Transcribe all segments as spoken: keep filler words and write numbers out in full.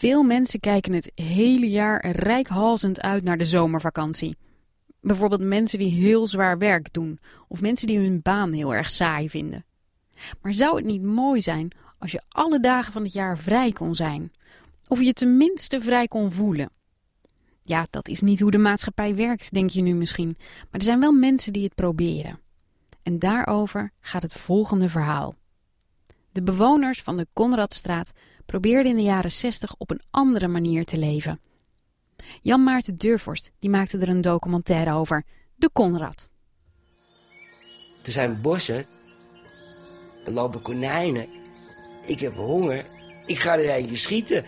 Veel mensen kijken het hele jaar reikhalzend uit naar de zomervakantie. Bijvoorbeeld mensen die heel zwaar werk doen of mensen die hun baan heel erg saai vinden. Maar zou het niet mooi zijn als je alle dagen van het jaar vrij kon zijn? Of je tenminste vrij kon voelen? Ja, dat is niet hoe de maatschappij werkt, denk je nu misschien. Maar er zijn wel mensen die het proberen. En daarover gaat het volgende verhaal. De bewoners van de Konradstraat probeerden in de jaren zestig op een andere manier te leven. Jan Maarten Deurvorst die maakte er een documentaire over. De Konrad. Er zijn bossen. Er lopen konijnen. Ik heb honger. Ik ga er eentje schieten.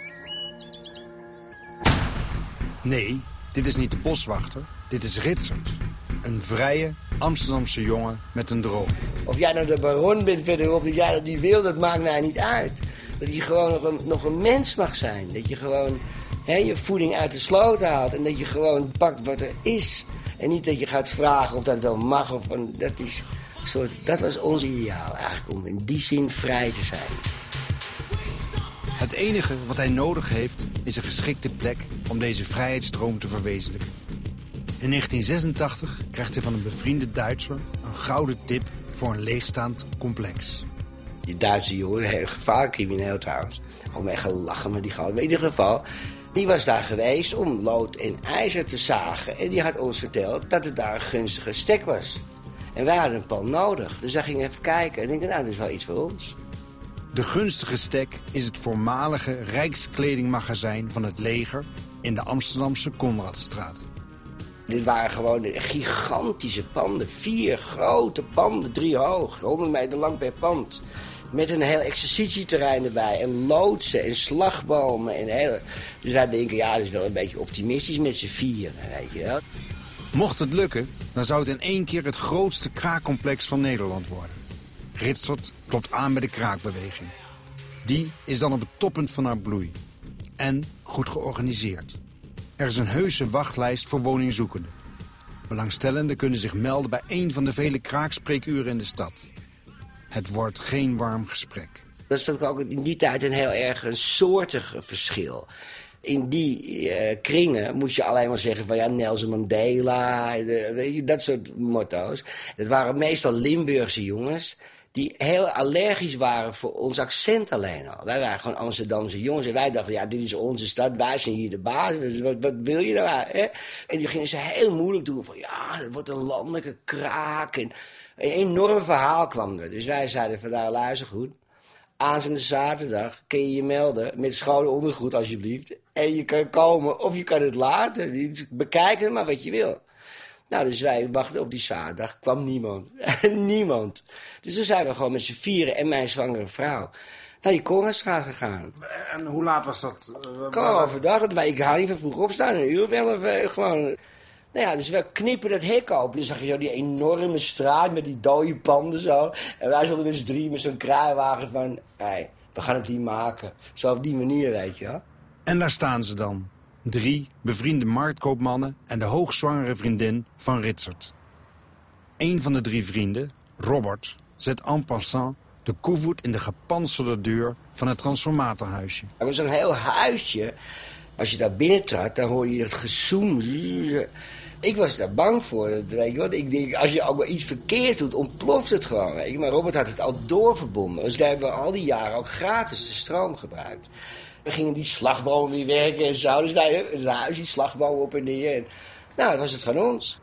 Nee, dit is niet de boswachter. Dit is Ritsert. Een vrije Amsterdamse jongen met een droom. Of jij nou de baron bent verderop, dat jij dat niet wil, dat maakt mij niet uit. Dat je gewoon nog een, nog een mens mag zijn. Dat je gewoon he, je voeding uit de sloot haalt. En dat je gewoon pakt wat er is. En niet dat je gaat vragen of dat wel mag. Of een, dat, is een soort, dat was ons ideaal eigenlijk, om in die zin vrij te zijn. Het enige wat hij nodig heeft is een geschikte plek om deze vrijheidsdroom te verwezenlijken. In negentien zesentachtig krijgt hij van een bevriende Duitser een gouden tip voor een leegstaand complex. Die Duitse jongen, een heel gevaarlijk crimineel trouwens. Gewoon echt gelachen met die goud. Maar in ieder geval, die was daar geweest om lood en ijzer te zagen. En die had ons verteld dat het daar een gunstige stek was. En wij hadden een pan nodig. Dus wij gingen even kijken. En ik dacht, nou, dat is wel iets voor ons. De gunstige stek is het voormalige Rijkskledingmagazijn van het leger in de Amsterdamse Konradstraat. Dit waren gewoon gigantische panden. Vier grote panden, drie hoog. honderd meter lang per pand. Met een heel exercitieterrein erbij. En loodsen en slagbomen. En heel... Dus wij denken, ja, dat is wel een beetje optimistisch met z'n vieren, weet je wel. Mocht het lukken, dan zou het in één keer het grootste kraakcomplex van Nederland worden. Ritsert klopt aan bij de kraakbeweging. Die is dan op het toppunt van haar bloei. En goed georganiseerd. Er is een heuse wachtlijst voor woningzoekenden. Belangstellenden kunnen zich melden bij een van de vele kraakspreekuren in de stad. Het wordt geen warm gesprek. Dat is toch ook in die tijd een heel erg een soortig verschil. In die uh, kringen moest je alleen maar zeggen van ja, Nelson Mandela, de, weet je, dat soort motto's. Het waren meestal Limburgse jongens die heel allergisch waren voor ons accent alleen al. Wij waren gewoon Amsterdamse jongens en wij dachten, ja, dit is onze stad, wij zijn hier de baas, wat, wat wil je nou? Hè? En die gingen ze heel moeilijk doen van ja, het wordt een landelijke kraak. En een enorm verhaal kwam er. Dus wij zeiden van nou, luister goed. Aanstaande zaterdag kun je je melden met schone ondergoed alsjeblieft. En je kan komen of je kan het laten. Bekijk het maar wat je wil. Nou, dus wij wachten op die zaterdag. Kwam niemand. Niemand. Dus toen zijn we gewoon met z'n vieren en mijn zwangere vrouw naar die Konradstraat gegaan. En hoe laat was dat? Gewoon overdag. Maar ik hou niet van vroeg opstaan. Een uur wel of uh, gewoon... Nou ja, dus we knippen dat hek open. Dan zag je zo die enorme straat met die dode panden zo. En wij stonden met z'n drie met zo'n kruiwagen van... Hey, we gaan het hier maken. Zo op die manier, weet je wel. En daar staan ze dan. Drie bevriende marktkoopmannen en de hoogzwangere vriendin van Ritsert. Eén van de drie vrienden, Robert, zet en passant de koevoet in de gepantserde deur van het transformatorhuisje. Er was een heel huisje. Als je daar binnentrad, dan hoor je het gezoem. Ik was daar bang voor, weet je wat. Ik denk, als je ook maar iets verkeerd doet, ontploft het gewoon, weet je. Maar Robert had het al doorverbonden. Dus daar hebben we al die jaren ook gratis de stroom gebruikt. We gingen die slagbomen weer werken en zo. Dus wij het huis, die slagbomen op en neer. En, nou, dat was het van ons.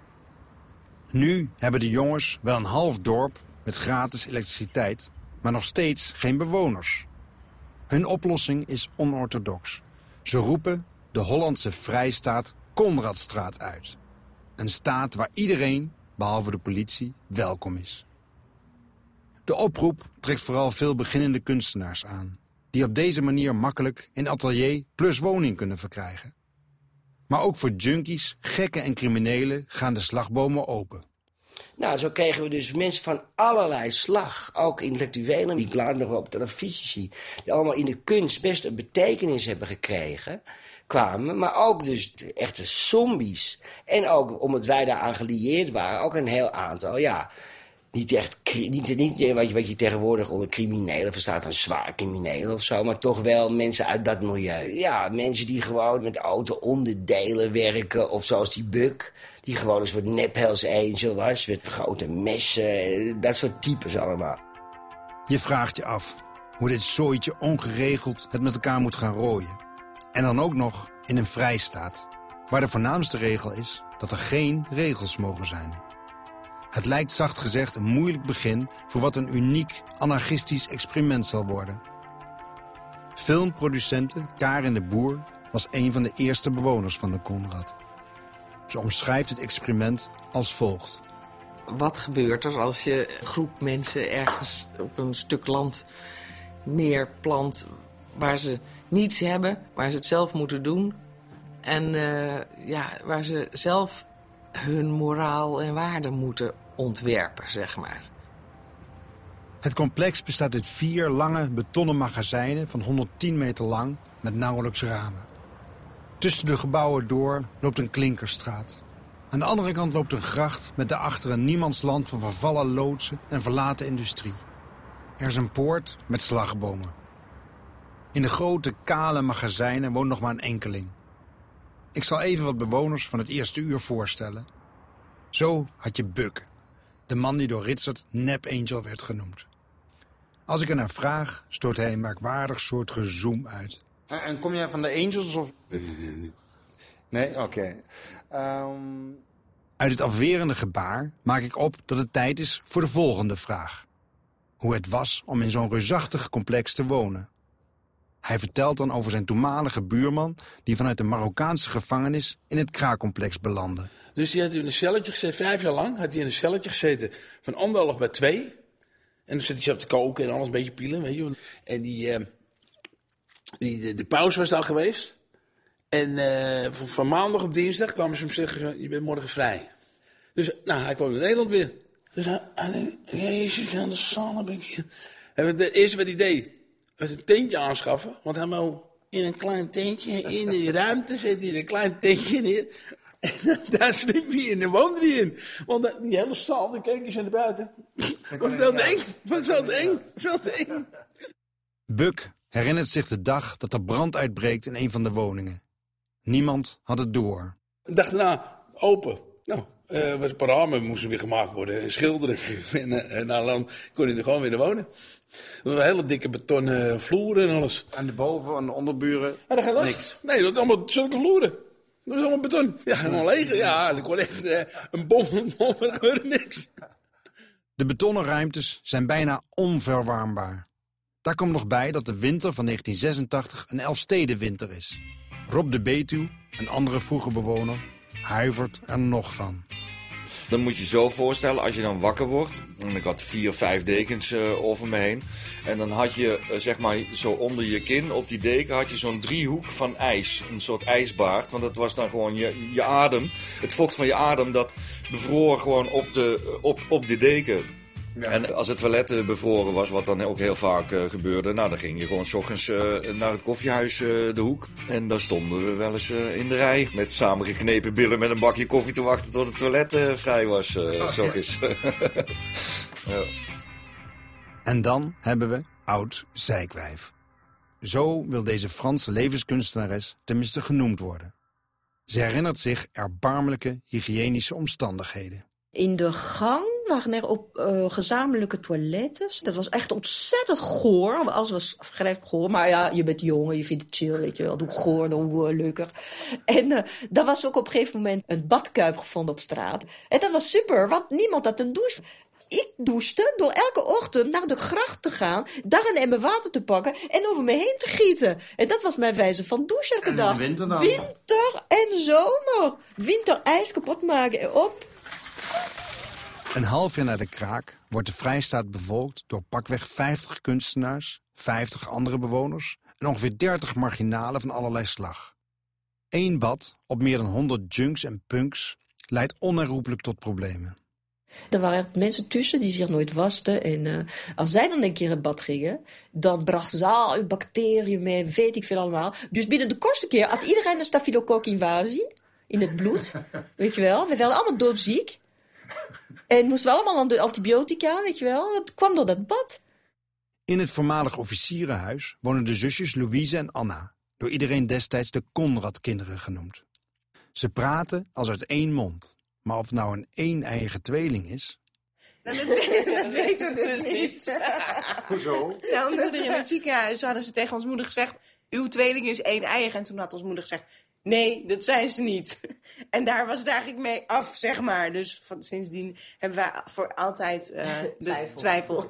Nu hebben de jongens wel een half dorp met gratis elektriciteit, maar nog steeds geen bewoners. Hun oplossing is onorthodox. Ze roepen de Hollandse Vrijstaat Konradstraat uit. Een staat waar iedereen, behalve de politie, welkom is. De oproep trekt vooral veel beginnende kunstenaars aan, die op deze manier makkelijk een atelier plus woning kunnen verkrijgen. Maar ook voor junkies, gekken en criminelen gaan de slagbomen open. Nou, zo kregen we dus mensen van allerlei slag. Ook intellectuelen, die ik later nog wel op televisie zie. Die allemaal in de kunst best een betekenis hebben gekregen. Kwamen, maar ook dus echte zombies. En ook, omdat wij daaraan gelieerd waren, ook een heel aantal, ja... Niet echt, niet, niet wat, je, wat je tegenwoordig onder criminelen verstaat, van zwaar criminelen of zo, maar toch wel mensen uit dat milieu. Ja, mensen die gewoon met auto-onderdelen werken, of zoals die Buck, die gewoon een soort nep Hells Angel was, met grote messen, dat soort types allemaal. Je vraagt je af hoe dit zooitje ongeregeld het met elkaar moet gaan rooien. En dan ook nog in een vrijstaat, waar de voornaamste regel is dat er geen regels mogen zijn. Het lijkt zacht gezegd een moeilijk begin voor wat een uniek anarchistisch experiment zal worden. Filmproducente Karin de Boer was een van de eerste bewoners van de Konrad. Ze omschrijft het experiment als volgt. Wat gebeurt er als je een groep mensen ergens op een stuk land neerplant waar ze niets hebben, waar ze het zelf moeten doen en uh, ja, waar ze zelf hun moraal en waarden moeten ontwerpen, zeg maar. Het complex bestaat uit vier lange betonnen magazijnen van honderdtien meter lang met nauwelijks ramen. Tussen de gebouwen door loopt een klinkerstraat. Aan de andere kant loopt een gracht met daarachter een niemandsland van vervallen loodsen en verlaten industrie. Er is een poort met slagbomen. In de grote, kale magazijnen woont nog maar een enkeling. Ik zal even wat bewoners van het eerste uur voorstellen. Zo had je Buck, de man die door Ritsert Nep Angel werd genoemd. Als ik er naar vraag, stoot hij een merkwaardig soort gezoem uit. En, en kom jij van de Angels of... Nee, oké. Okay. Um... Uit het afwerende gebaar maak ik op dat het tijd is voor de volgende vraag. Hoe het was om in zo'n reusachtig complex te wonen. Hij vertelt dan over zijn toenmalige buurman die vanuit de Marokkaanse gevangenis in het kraakcomplex belandde. Dus die had in een celletje gezeten, vijf jaar lang had hij in een celletje gezeten van anderhalf bij twee. En dan zit hij zelf te koken en alles een beetje pielen, weet je. En die, uh, die de, de pauze was al geweest. En uh, van, van maandag op dinsdag kwamen ze hem zeggen, je bent morgen vrij. Dus nou, hij kwam in Nederland weer. Dus hij, hij denkt, jezus, aan de zon heb ik hier. En het eerste wat hij deed, was een tentje aanschaffen. Want hij wou in een klein tentje, in die ruimte zit hij in een klein tentje neer. En daar sliep hij in en woonde hij in. Want die hele zaal, dan keek je naar buiten. Was wel te eng, was wel te eng, was wel te eng. Buck herinnert zich de dag dat er brand uitbreekt in een van de woningen. Niemand had het door. De dag daarna open. Nou, uh, was een paar ramen moesten weer gemaakt worden en schilderen. En uh, nou, dan kon hij er gewoon weer wonen. Er was een hele dikke betonnen vloeren en alles. En de boven- en de onderburen? Ja, dat niks. Nee, dat was allemaal zulke vloeren. Dat was allemaal beton. Ja, helemaal leeg. Ja, er kon echt uh, een bom, een bom, er gebeurde niks. De betonnen ruimtes zijn bijna onverwarmbaar. Daar komt nog bij dat de winter van negentien zesentachtig een Elfstedenwinter is. Rob de Betuw, een andere vroege bewoner, huivert er nog van. Dan moet je zo voorstellen, als je dan wakker wordt. En ik had vier, vijf dekens uh, over me heen. En dan had je, uh, zeg maar, zo onder je kin, op die deken, had je zo'n driehoek van ijs. Een soort ijsbaard. Want dat was dan gewoon je, je adem. Het vocht van je adem, dat bevroor gewoon op de, op, op de deken. Ja. En als het toilet uh, bevroren was, wat dan ook heel vaak uh, gebeurde, nou dan ging je gewoon 's ochtends uh, naar het koffiehuis uh, de hoek. En daar stonden we wel eens uh, in de rij met samengeknepen billen met een bakje koffie te wachten tot het toilet uh, vrij was. Uh, oh, 's ochtends. Ja. Ja. En dan hebben we oud zeikwijf. Zo wil deze Franse levenskunstenares tenminste genoemd worden. Ze herinnert zich erbarmelijke hygiënische omstandigheden. In de gang waren er op uh, gezamenlijke toiletten. Dat was echt ontzettend goor. Alles was vrij goor. Maar ja, je bent jong en je vindt het chill, weet je wel. Doe goor, dan leuker. En uh, daar was ook op een gegeven moment een badkuip gevonden op straat. En dat was super, want niemand had een douche. Ik douchte door elke ochtend naar de gracht te gaan, daar een emmer water te pakken en over me heen te gieten. En dat was mijn wijze van douchen elke dag. En winter dan? Winter en zomer. Winter ijs kapot maken en op. Een half jaar na de kraak wordt de Vrijstaat bevolkt door pakweg vijftig kunstenaars, vijftig andere bewoners en ongeveer dertig marginalen van allerlei slag. Eén bad op meer dan honderd junks en punks leidt onherroepelijk tot problemen. Er waren mensen tussen die zich nooit wasten. En uh, als zij dan een keer in bad gingen, dan brachten ze al bacteriën mee, weet ik veel allemaal. Dus binnen de kortste keer had iedereen een stafylococcus invasie in het bloed. Weet je wel, we werden allemaal doodziek. En moesten we allemaal aan de antibiotica, weet je wel. Dat kwam door dat bad. In het voormalig officierenhuis wonen de zusjes Louise en Anna, door iedereen destijds de Conrad-kinderen genoemd. Ze praten als uit één mond, maar of het nou een één-eiige tweeling is... Nou, dat, dat weten we dus niet. Hoezo? Nou, omdat er in het ziekenhuis hadden ze tegen ons moeder gezegd... uw tweeling is één-eiig. En toen had ons moeder gezegd... nee, dat zijn ze niet. En daar was het eigenlijk mee af, zeg maar. Dus van, sindsdien hebben we voor altijd uh, de twijfel. twijfel.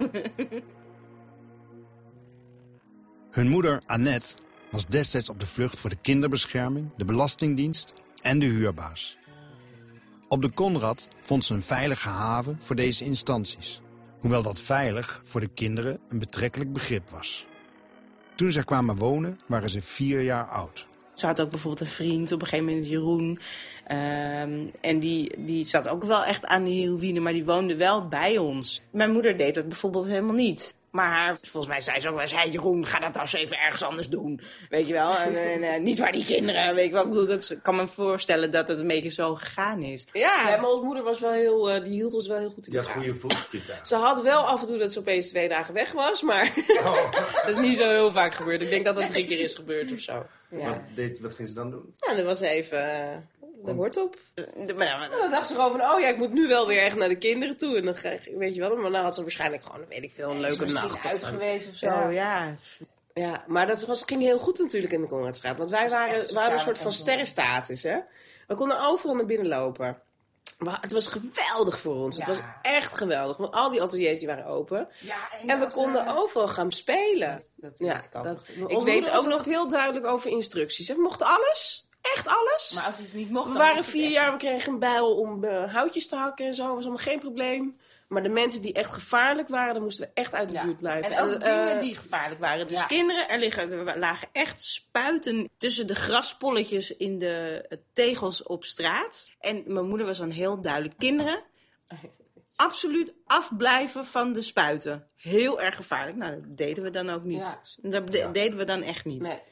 Hun moeder, Annette, was destijds op de vlucht voor de kinderbescherming, de belastingdienst en de huurbaas. Op de Conrad vond ze een veilige haven voor deze instanties. Hoewel dat veilig voor de kinderen een betrekkelijk begrip was. Toen zij kwamen wonen, waren ze vier jaar oud. Ze had ook bijvoorbeeld een vriend, op een gegeven moment Jeroen. Um, en die, die zat ook wel echt aan de heroïne, maar die woonde wel bij ons. Mijn moeder deed dat bijvoorbeeld helemaal niet. Maar volgens mij zei ze ook wel eens... hey Jeroen, ga dat nou eens even ergens anders doen. Weet je wel? En, en, en niet waar die kinderen... Weet je wel? Ik bedoel, dat, ik kan me voorstellen dat het een beetje zo gegaan is. Ja, ja, maar onze moeder was wel heel... Uh, die hield ons wel heel goed in de gaten. Die had goede voelspriet. Ze had wel af en toe dat ze opeens twee dagen weg was. Maar oh. Dat is niet zo heel vaak gebeurd. Ik denk dat dat drie keer is gebeurd of zo. Ja. Wat, deed, wat ging ze dan doen? Ja, dat was even... Uh, de hoort op. Maar, maar, dan dacht ze gewoon van, oh ja, ik moet nu wel weer echt naar de kinderen toe. En dan ga ik, weet je wel, maar dan had ze waarschijnlijk gewoon, weet ik veel, een leuke nacht. Uit geweest of zo, ja. ja. Ja, maar dat was, ging heel goed natuurlijk in de Conradstraat. Want wij waren, waren een soort van sterrenstatus, hè. We konden overal naar binnen lopen. Maar het was geweldig voor ons. Ja. Het was echt geweldig. Want al die ateliers die waren open. Ja, en, en we dat, konden uh, overal gaan spelen. Dat, dat ja, weet ik ook. Dat, ik weet ook nog heel duidelijk over instructies. We mochten alles. Echt alles. Maar als het niet mocht, we dan waren mocht vier het jaar, we kregen een bijl om uh, houtjes te hakken en zo. Dat was allemaal geen probleem. Maar de mensen die echt gevaarlijk waren, dan moesten we echt uit de ja. buurt blijven. En ook en, dingen uh, die gevaarlijk waren. Dus ja. kinderen, er, liggen, er lagen echt spuiten tussen de graspolletjes in de uh, tegels op straat. En mijn moeder was dan heel duidelijk. Kinderen, absoluut afblijven van de spuiten. Heel erg gevaarlijk. Nou, dat deden we dan ook niet. Ja. Dat de- ja. deden we dan echt niet. Nee.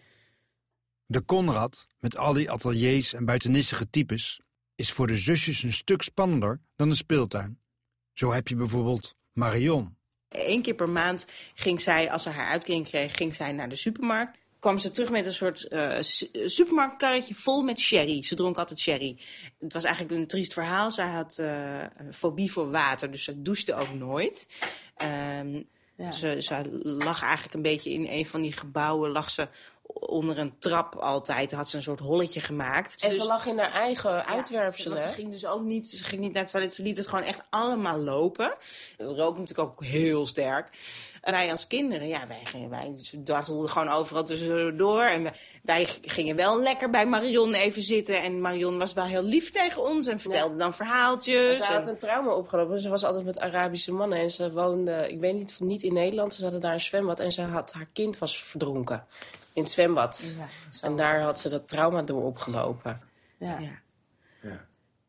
De Conrad, met al die ateliers en buitennissige types, is voor de zusjes een stuk spannender dan de speeltuin. Zo heb je bijvoorbeeld Marion. Eén keer per maand ging zij, als ze haar uitkering kreeg, ging zij naar de supermarkt. Kwam ze terug met een soort uh, supermarktkarretje vol met sherry. Ze dronk altijd sherry. Het was eigenlijk een triest verhaal. Zij had uh, fobie voor water, dus ze douchte ook nooit. Um, ja. ze, ze lag eigenlijk een beetje in een van die gebouwen, lag ze onder een trap altijd. Had ze een soort holletje gemaakt. En dus, ze lag in haar eigen ja, uitwerpselen. Ze, ze ging dus ook niet, ze ging niet naar het toilet. Ze liet het gewoon echt allemaal lopen. Het rook natuurlijk ook heel sterk. En wij als kinderen, ja, wij, gingen, wij dartelden gewoon overal tussendoor. En wij, wij gingen wel lekker bij Marion even zitten. En Marion was wel heel lief tegen ons en vertelde ja. dan verhaaltjes. Ze had en... een trauma opgelopen. Ze was altijd met Arabische mannen. En ze woonde, ik weet niet, niet in Nederland. Ze hadden daar een zwembad. En ze had, haar kind was verdronken. In het zwembad. Ja, en daar had ze dat trauma door opgelopen. Ja. Ja. Ja.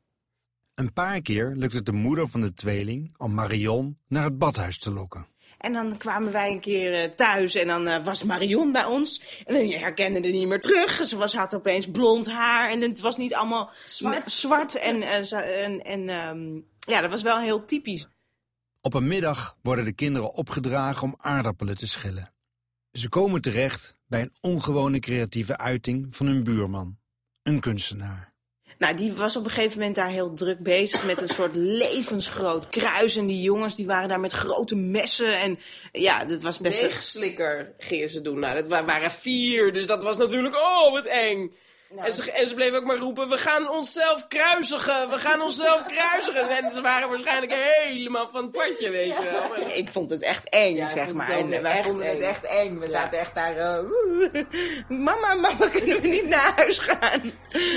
Een paar keer lukte het de moeder van de tweeling om Marion naar het badhuis te lokken. En dan kwamen wij een keer uh, thuis en dan uh, was Marion bij ons. En dan herkende er niet meer terug. Ze was, had opeens blond haar en het was niet allemaal zwart. zwart en, uh, en, en um, ja, dat was wel heel typisch. Op een middag worden de kinderen opgedragen om aardappelen te schillen. Ze komen terecht bij een ongewone creatieve uiting van hun buurman, een kunstenaar. Nou, die was op een gegeven moment daar heel druk bezig met een soort levensgroot kruis. En die jongens die waren daar met grote messen. En ja, dat was best... Deegslikker gingen ze doen. Nou, dat waren vier, dus dat was natuurlijk, oh, wat eng. Nou. En, ze, en ze bleven ook maar roepen, we gaan onszelf kruisigen, we gaan onszelf kruisigen. En ze waren waarschijnlijk helemaal van het padje, weet je wel. Ja. Ik vond het echt eng, ja, zeg maar. En wij vonden eng. het echt eng. We ja. zaten echt daar, uh, mama, mama, kunnen we niet naar huis gaan?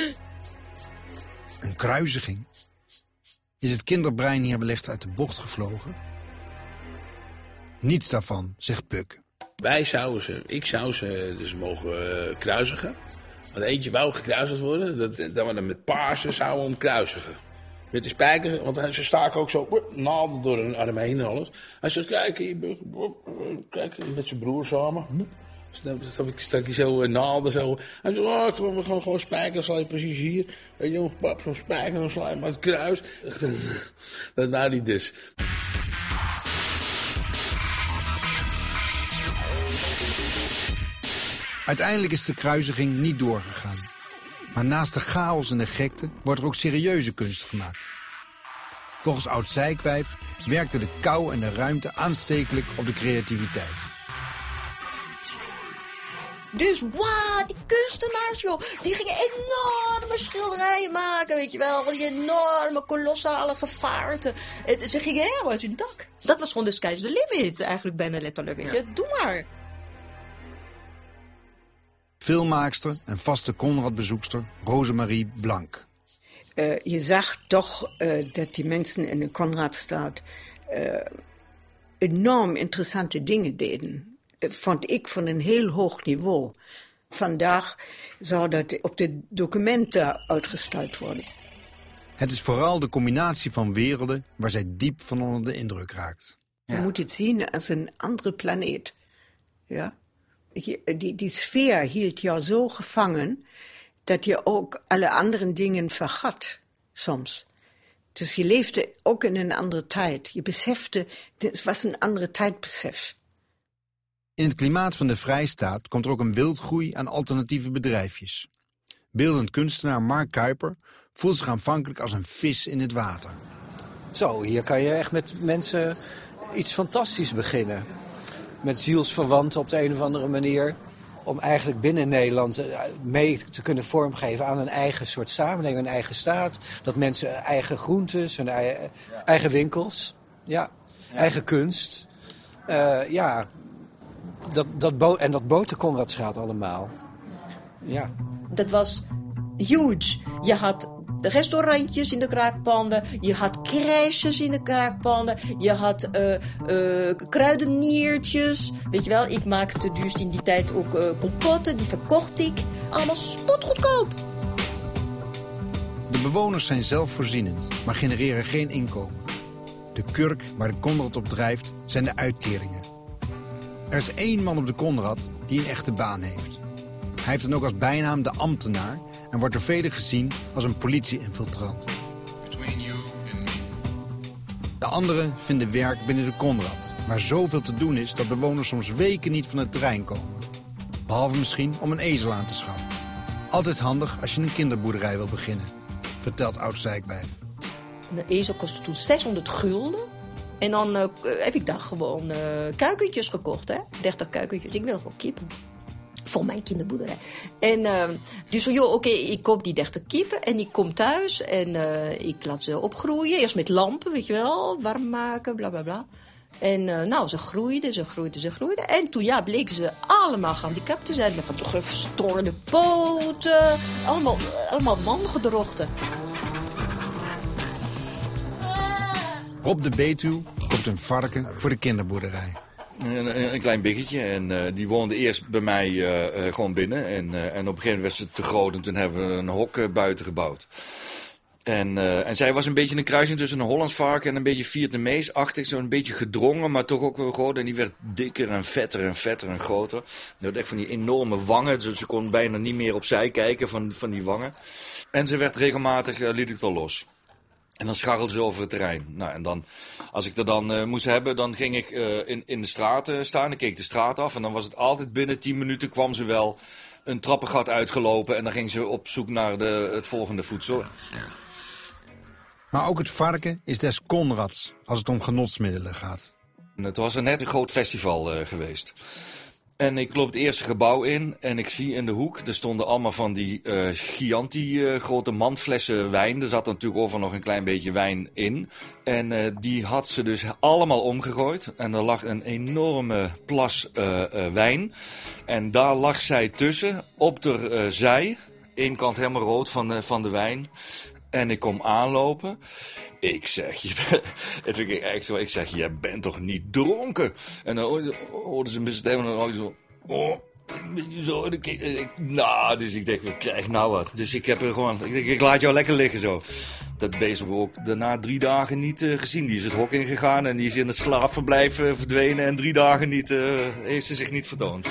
Een kruisiging? Is het kinderbrein hier wellicht uit de bocht gevlogen? Niets daarvan, zegt Puk. Wij zouden ze, ik zou ze dus mogen uh, kruisigen. Want eentje wou gekruisigd worden, dat, dat we dan met paarsen zouden hem kruisigen. Met de spijkers, want ze staken ook zo naalden door hun arm heen en alles. Hij zegt, kijk hier, kijk, met zijn broer samen. Dan stak ik, stak ik zo uh, naalden zo. Hij zei, oh, gewoon, we gaan gewoon spijkers, sla je precies hier. Weet je, pap, zo'n spijker, dan sla je maar het kruis. Dat wou hij dus. Uiteindelijk is de kruisiging niet doorgegaan. Maar naast de chaos en de gekte wordt er ook serieuze kunst gemaakt. Volgens Oud Zijkwijf werkte de kou en de ruimte aanstekelijk op de creativiteit. Dus wauw, die kunstenaars, joh, die gingen enorme schilderijen maken, weet je wel. Die enorme, kolossale gevaarten. En ze gingen helemaal uit hun dak. Dat was gewoon de sky's the limit, eigenlijk bijna letterlijk, weet je. Doe maar. Filmmaakster en vaste Conrad-bezoekster Rosemarie Blank. Uh, je zag toch uh, dat die mensen in de Conradstraat uh, enorm interessante dingen deden. Uh, vond ik van een heel hoog niveau. Vandaag zou dat op de documenten uitgestald worden. Het is vooral de combinatie van werelden waar zij diep van onder de indruk raakt. Ja. Je moet het zien als een andere planeet. Ja? Die, die sfeer hield jou zo gevangen dat je ook alle andere dingen vergat, soms. Dus je leefde ook in een andere tijd. Je besefte, het was een andere tijdbesef. In het klimaat van de Vrijstaat komt er ook een wildgroei aan alternatieve bedrijfjes. Beeldend kunstenaar Mark Kuiper voelt zich aanvankelijk als een vis in het water. Zo, hier kan je echt met mensen iets fantastisch beginnen. Met zielsverwanten op de een of andere manier. Om eigenlijk binnen Nederland mee te kunnen vormgeven aan een eigen soort samenleving, een eigen staat. Dat mensen eigen groentes, hun eigen, eigen winkels, ja, ja. eigen kunst. Uh, ja, dat, dat bo- en dat bood de Conradstraat allemaal. Ja. Dat was huge. Je had de restaurantjes in de kraakpanden. Je had crèches in de kraakpanden. Je had uh, uh, kruideniertjes. Weet je wel, ik maakte dus in die tijd ook uh, compotten. Die verkocht ik. Allemaal spotgoedkoop. De bewoners zijn zelfvoorzienend, maar genereren geen inkomen. De kurk waar de Conrad op drijft zijn de uitkeringen. Er is één man op de Conrad die een echte baan heeft. Hij heeft dan ook als bijnaam de ambtenaar en wordt door velen gezien als een politie-infiltrant. De anderen vinden werk binnen de Conrad, waar zoveel te doen is dat bewoners soms weken niet van het terrein komen. Behalve misschien om een ezel aan te schaffen. Altijd handig als je een kinderboerderij wil beginnen, vertelt Oud Zijkwijf. Een ezel kostte toen zeshonderd gulden. En dan uh, heb ik daar gewoon uh, kuikentjes gekocht, hè? dertig kuikentjes. Ik wil gewoon kippen. Voor mijn kinderboerderij. En uh, dus van, joh, oké, okay, ik koop die dertig kippen en ik kom thuis en uh, ik laat ze opgroeien. Eerst met lampen, weet je wel, warm maken, bla bla bla. En uh, nou, ze groeiden, ze groeiden, ze groeiden. En toen, ja, bleken ze allemaal gehandicapt te zijn. Met van de verstoorde poten, allemaal, allemaal wangedrochten. Op de Betuwe komt een varken voor de kinderboerderij. Een, een klein biggetje en uh, die woonde eerst bij mij uh, uh, gewoon binnen. En, uh, en op een gegeven moment werd ze te groot en toen hebben we een hok uh, buiten gebouwd. En, uh, en zij was een beetje een kruising tussen een Hollands varken en een beetje Vietnamees-achtig. Zo'n beetje gedrongen, maar toch ook wel groot. En die werd dikker en vetter en vetter en groter. Die had echt van die enorme wangen, dus ze kon bijna niet meer opzij kijken van, van die wangen. En ze werd regelmatig, uh, liet ik er los. En dan scharrelde ze over het terrein. Nou, en dan, als ik er dan uh, moest hebben, dan ging ik uh, in, in de straat uh, staan. Dan keek ik de straat af en dan was het altijd binnen tien minuten kwam ze wel een trappengat uitgelopen. En dan ging ze op zoek naar de, het volgende voedsel. Maar ook het varken is des Conrads als het om genotsmiddelen gaat. En het was er net een groot festival uh, geweest. En ik loop het eerste gebouw in en ik zie in de hoek, er stonden allemaal van die uh, giganti uh, grote mandflessen wijn. Er zat natuurlijk overal nog een klein beetje wijn in. En uh, die had ze dus allemaal omgegooid. En er lag een enorme plas uh, uh, wijn. En daar lag zij tussen, op de uh, zij. Eén kant helemaal rood van, uh, van de wijn. En ik kom aanlopen. Ik zeg, je bent, ik, echt zo, ik zeg, je bent toch niet dronken? En dan hoorden ze me stemmen en dan zo, oh, een beetje zo. Ik, ik, nou, dus ik denk, ik krijg nou wat. Dus ik heb er gewoon, ik, ik laat jou lekker liggen zo. Dat beest hebben we ook daarna drie dagen niet uh, gezien. Die is het hok ingegaan en die is in het slaapverblijf uh, verdwenen. En drie dagen niet, uh, heeft ze zich niet vertoond.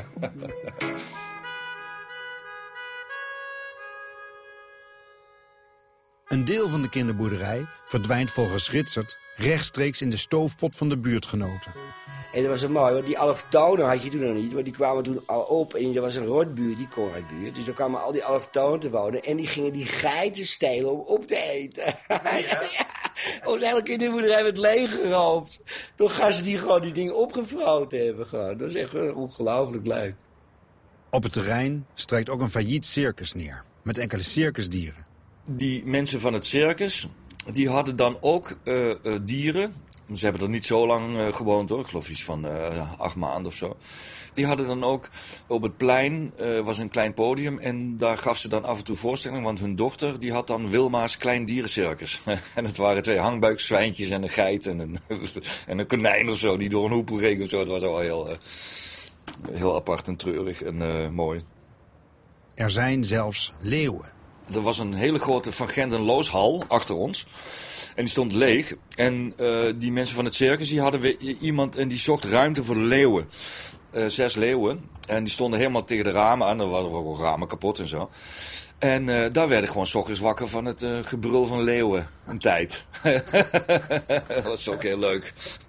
Een deel van de kinderboerderij verdwijnt volgens Ritsert rechtstreeks in de stoofpot van de buurtgenoten. En dat was zo mooi, want die allochtonen had je toen nog niet, want die kwamen toen al op. En er was een rotbuurt, die Konradbuurt. Dus dan kwamen al die allochtonen te wonen en die gingen die geiten stelen om op te eten. Ja. Ja. Onze hele kinderboerderij werd leeggeroofd. Door gasten die gewoon die dingen opgevroten hebben. Gewoon. Dat is echt ongelooflijk leuk. Op het terrein strijkt ook een failliet circus neer, met enkele circusdieren. Die mensen van het circus, die hadden dan ook uh, uh, dieren. Ze hebben er niet zo lang uh, gewoond hoor, ik geloof iets van uh, acht maanden of zo. Die hadden dan ook op het plein, uh, was een klein podium en daar gaf ze dan af en toe voorstellingen. Want hun dochter, die had dan Wilma's klein dierencircus. En het waren twee hangbuikzwijntjes en een geit en een, en een konijn of zo, die door een hoepel reed of zo. Het was al heel, uh, heel apart en treurig en uh, mooi. Er zijn zelfs leeuwen. Er was een hele grote Van Genden-Looshal achter ons. En die stond leeg. En uh, die mensen van het circus, die hadden weer iemand en die zocht ruimte voor de leeuwen. Uh, zes leeuwen. En die stonden helemaal tegen de ramen aan. Er waren ook ramen kapot en zo. En uh, daar werd ik gewoon 's ochtends wakker van het uh, gebrul van leeuwen. Een tijd. Dat was ook heel leuk.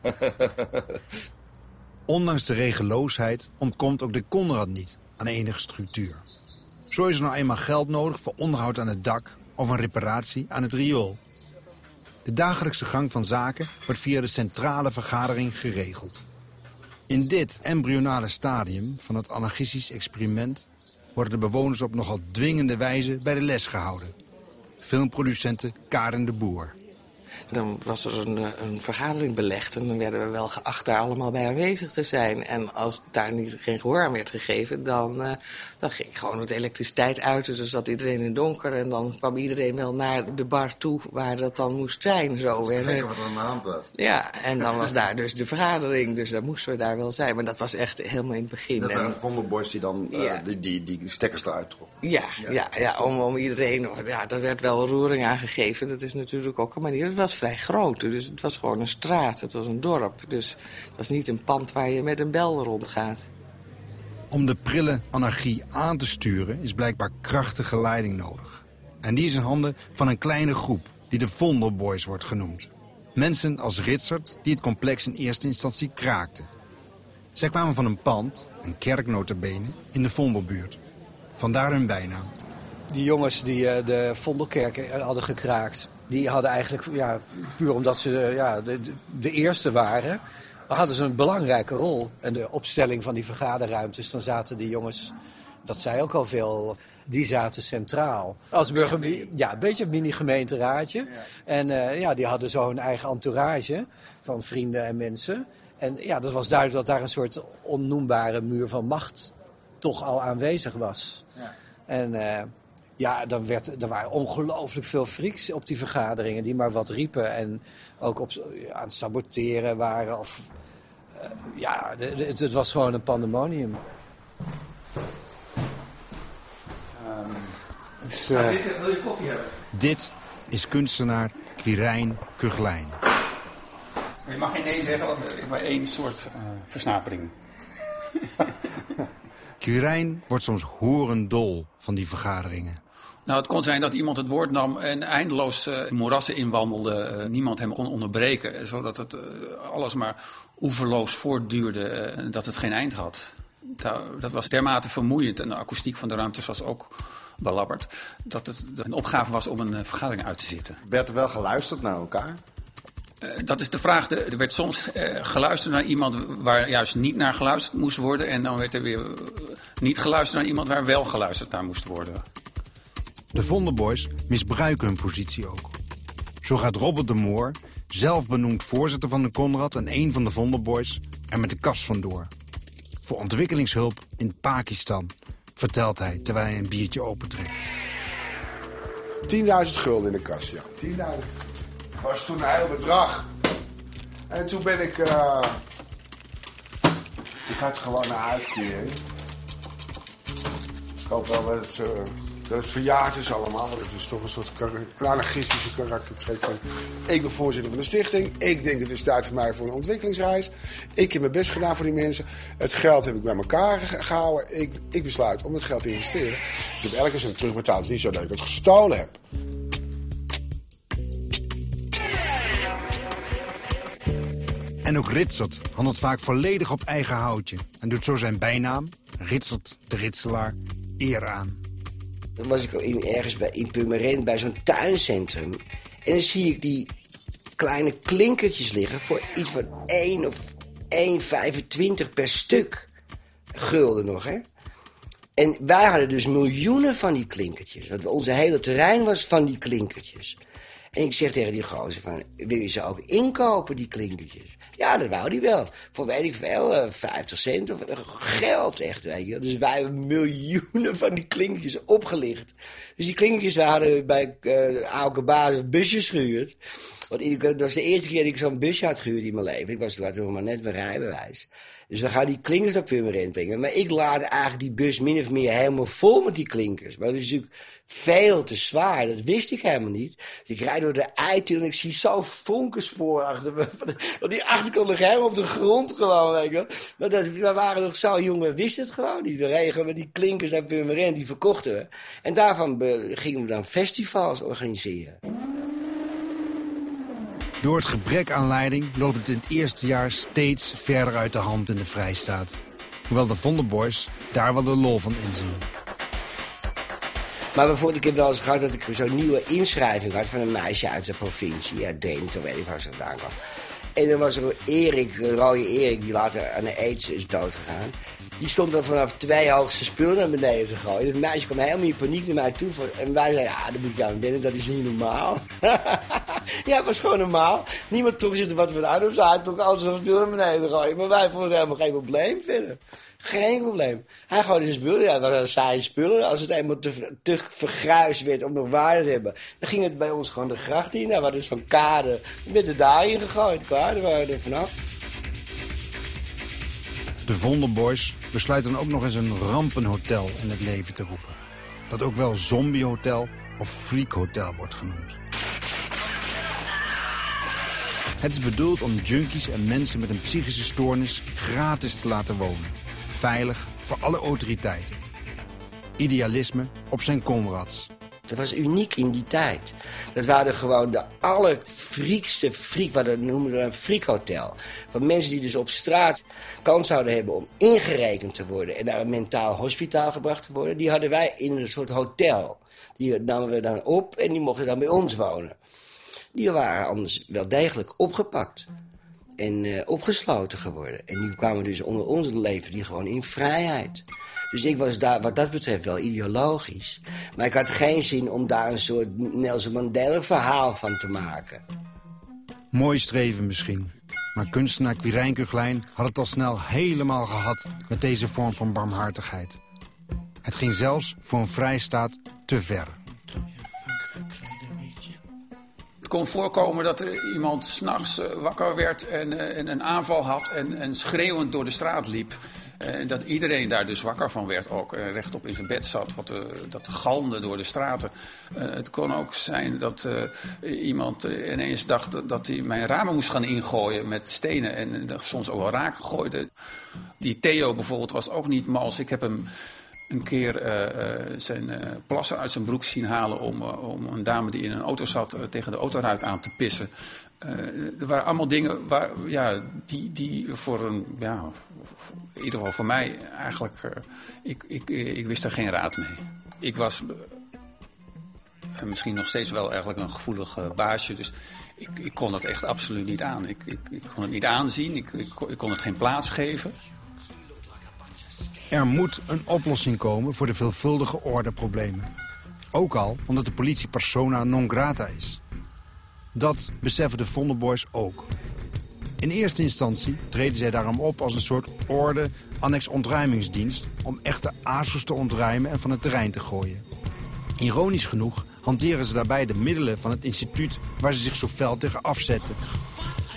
Ondanks de regeloosheid ontkomt ook de Konrad niet aan enige structuur. Zo is er nou eenmaal geld nodig voor onderhoud aan het dak of een reparatie aan het riool. De dagelijkse gang van zaken wordt via de centrale vergadering geregeld. In dit embryonale stadium van het anarchistisch experiment worden de bewoners op nogal dwingende wijze bij de les gehouden. Filmproducente Karen de Boer. Dan was er een, een vergadering belegd en dan werden we wel geacht daar allemaal bij aanwezig te zijn. En als daar niet, geen gehoor aan werd gegeven, dan, uh, dan ging gewoon de elektriciteit uit. Dus zat iedereen in het donker en dan kwam iedereen wel naar de bar toe waar dat dan moest zijn. Zo. Kijken wat er aan de hand was. Ja, en dan was daar dus de vergadering, dus dan moesten we daar wel zijn. Maar dat was echt helemaal in het begin. Dat waren en, de Vondelboys die dan uh, ja. die, die, die stekkers eruit trokken. Ja, ja, ja, ja om, om iedereen, ja, er werd wel roering aangegeven. Dat is natuurlijk ook een manier. Het was vrij groot, dus het was gewoon een straat, het was een dorp. Dus het was niet een pand waar je met een bel rondgaat. Om de prille anarchie aan te sturen is blijkbaar krachtige leiding nodig. En die is in handen van een kleine groep die de Vondelboys wordt genoemd. Mensen als Ritsert die het complex in eerste instantie kraakten. Zij kwamen van een pand, een kerk nota bene, in de Vondelbuurt. Vandaar hun bijnaam. Die jongens die uh, de Vondelkerk hadden gekraakt, die hadden eigenlijk, ja, puur omdat ze uh, ja, de, de eerste waren, hadden ze een belangrijke rol. En de opstelling van die vergaderruimtes, dan zaten die jongens, dat zei ook al veel, die zaten centraal. Als burgemeester, ja, een beetje een mini-gemeenteraadje. Ja. En uh, ja, die hadden zo hun eigen entourage van vrienden en mensen. En ja, dat was duidelijk dat daar een soort onnoembare muur van macht toch al aanwezig was. Ja. En uh, ja, dan werd, er waren ongelooflijk veel freaks op die vergaderingen die maar wat riepen. En ook op, ja, aan het saboteren waren. Of, uh, ja, de, de, het was gewoon een pandemonium. Um, dus, uh... Wil je koffie hebben? Dit is kunstenaar Quirijn Kuglijn. Je mag geen nee zeggen, want ik heb één soort uh, versnapering. Quirijn wordt soms horendol van die vergaderingen. Nou, het kon zijn dat iemand het woord nam en eindeloos uh, moerassen inwandelde. Uh, niemand hem kon onderbreken, zodat het uh, alles maar oeverloos voortduurde, uh, dat het geen eind had. Dat, dat was dermate vermoeiend en de akoestiek van de ruimtes was ook belabberd, dat het een opgave was om een uh, vergadering uit te zitten. Werd er wel geluisterd naar elkaar? Uh, dat is de vraag. De, er werd soms uh, geluisterd naar iemand waar juist niet naar geluisterd moest worden. En dan werd er weer uh, niet geluisterd naar iemand waar wel geluisterd naar moest worden. De Vondelboys misbruiken hun positie ook. Zo gaat Robert de Moor, zelf benoemd voorzitter van de Konrad en een van de Vondelboys, er met de kas vandoor. Voor ontwikkelingshulp in Pakistan, vertelt hij terwijl hij een biertje opentrekt. tienduizend gulden in de kas, ja. tienduizend. Dat was toen een heel bedrag. En toen ben ik... Uh, ik had gewoon een uitkering. Ik hoop wel dat het uh, Dat het verjaard is allemaal, want het is toch een soort een anarchistische karaktertrek van... Ik ben voorzitter van de stichting. Ik denk het is tijd voor mij voor een ontwikkelingsreis. Ik heb mijn best gedaan voor die mensen. Het geld heb ik bij elkaar gehouden. Ik, ik besluit om het geld te investeren. Ik heb elke cent terugbetaald. Het is niet zo dat ik het gestolen heb. En ook Ritsert handelt vaak volledig op eigen houtje. En doet zo zijn bijnaam, Ritsert de Ritselaar, eer aan. Dan was ik in, ergens bij, in Purmerend bij zo'n tuincentrum. En dan zie ik die kleine klinkertjes liggen voor iets van één of één vijfentwintig per stuk. Gulden nog, hè? En wij hadden dus miljoenen van die klinkertjes. Want onze hele terrein was van die klinkertjes. En ik zeg tegen die gozer van, wil je ze ook inkopen, die klinkertjes? Ja, dat wou die wel. Voor weet ik veel, vijftig cent of geld echt, weet je. Dus wij hebben miljoenen van die klinkertjes opgelicht. Dus die klinkertjes hadden bij uh, Auke Baas busjes gehuurd. Want ik, dat was de eerste keer dat ik zo'n busje had gehuurd in mijn leven. Ik was toen maar net mijn rijbewijs. Dus we gaan die klinkers naar Purmerend brengen. Maar ik laat eigenlijk die bus min of meer helemaal vol met die klinkers. Maar dat is natuurlijk veel te zwaar. Dat wist ik helemaal niet. Dus ik rijd door de Eitil en ik zie zo vonkenspoor achter me. Want die achterkant ligt helemaal op de grond gewoon, weet je wel. Maar dat, we waren nog zo jong, we wisten het gewoon niet. We reden met die klinkers naar Purmerend, die verkochten we. En daarvan be, gingen we dan festivals organiseren. Door het gebrek aan leiding loopt het in het eerste jaar steeds verder uit de hand in de Vrijstaat. Hoewel de Vondelboys daar wel de lol van inzien. Maar bijvoorbeeld, ik heb wel eens gehad dat ik zo'n nieuwe inschrijving had van een meisje uit de provincie. Uit Deventer, weet ik waar ze vandaan kwam. En dan was er Erik, rode Erik, die later aan de aids is doodgegaan. Die stond dan vanaf twee hoogste spul naar beneden te gooien. Het meisje kwam helemaal in paniek naar mij toe. En wij zeiden, ja, dat moet je aan denken, dat is niet normaal. Ja, het was gewoon normaal. Niemand trok zich er wat van uit. Of hij trok alles van spul naar beneden te gooien. Maar wij vonden het helemaal geen probleem verder. Geen probleem. Hij gooide zijn spullen. Ja, dat waren saaie spullen. Als het eenmaal te, te vergruisd werd om nog waarde te hebben, dan ging het bij ons gewoon de gracht in. Nou, we hadden zo'n kade. We werden daarin gegooid. Klaar, daar waren we er vanaf. De Vondelboys besluiten dan ook nog eens een rampenhotel in het leven te roepen. Dat ook wel zombiehotel of freakhotel wordt genoemd. Het is bedoeld om junkies en mensen met een psychische stoornis gratis te laten wonen. Veilig voor alle autoriteiten. Idealisme op zijn Conrads. Dat was uniek in die tijd. Dat waren gewoon de allerfriekste freak, wat we noemen we een freakhotel. Van mensen die dus op straat kans zouden hebben om ingerekend te worden en naar een mentaal hospitaal gebracht te worden. Die hadden wij in een soort hotel. Die namen we dan op en die mochten dan bij ons wonen. Die waren anders wel degelijk opgepakt en uh, opgesloten geworden. En die kwamen dus onder ons leven die gewoon in vrijheid. Dus ik was daar wat dat betreft wel ideologisch. Maar ik had geen zin om daar een soort Nelson Mandela verhaal van te maken. Mooi streven misschien. Maar kunstenaar Quirijn Kuglijn had het al snel helemaal gehad met deze vorm van barmhartigheid. Het ging zelfs voor een vrijstaat te ver. Het kon voorkomen dat er iemand 's nachts wakker werd en, uh, en een aanval had en, en schreeuwend door de straat liep. En dat iedereen daar dus wakker van werd, ook uh, rechtop in zijn bed zat, wat, uh, dat galmde door de straten. Uh, het kon ook zijn dat uh, iemand uh, ineens dacht dat hij mijn ramen moest gaan ingooien met stenen en uh, soms ook wel raak gooide. Die Theo bijvoorbeeld was ook niet mals. Ik heb hem een keer uh, uh, zijn uh, plassen uit zijn broek zien halen om, uh, om een dame die in een auto zat uh, tegen de autoruit aan te pissen. Uh, er waren allemaal dingen waar, ja, die, die voor een, ja, in ieder geval voor mij eigenlijk, uh, ik, ik, ik wist er geen raad mee. Ik was uh, misschien nog steeds wel eigenlijk een gevoelig uh, baasje, dus ik, ik kon het echt absoluut niet aan. Ik, ik, ik kon het niet aanzien, ik, ik, ik kon het geen plaats geven. Er moet een oplossing komen voor de veelvuldige ordeproblemen. Ook al omdat de politie persona non grata is. Dat beseffen de Vondelboys ook. In eerste instantie treden zij daarom op als een soort orde annex ontruimingsdienst om echte azels te ontruimen en van het terrein te gooien. Ironisch genoeg hanteren ze daarbij de middelen van het instituut waar ze zich zo fel tegen afzetten.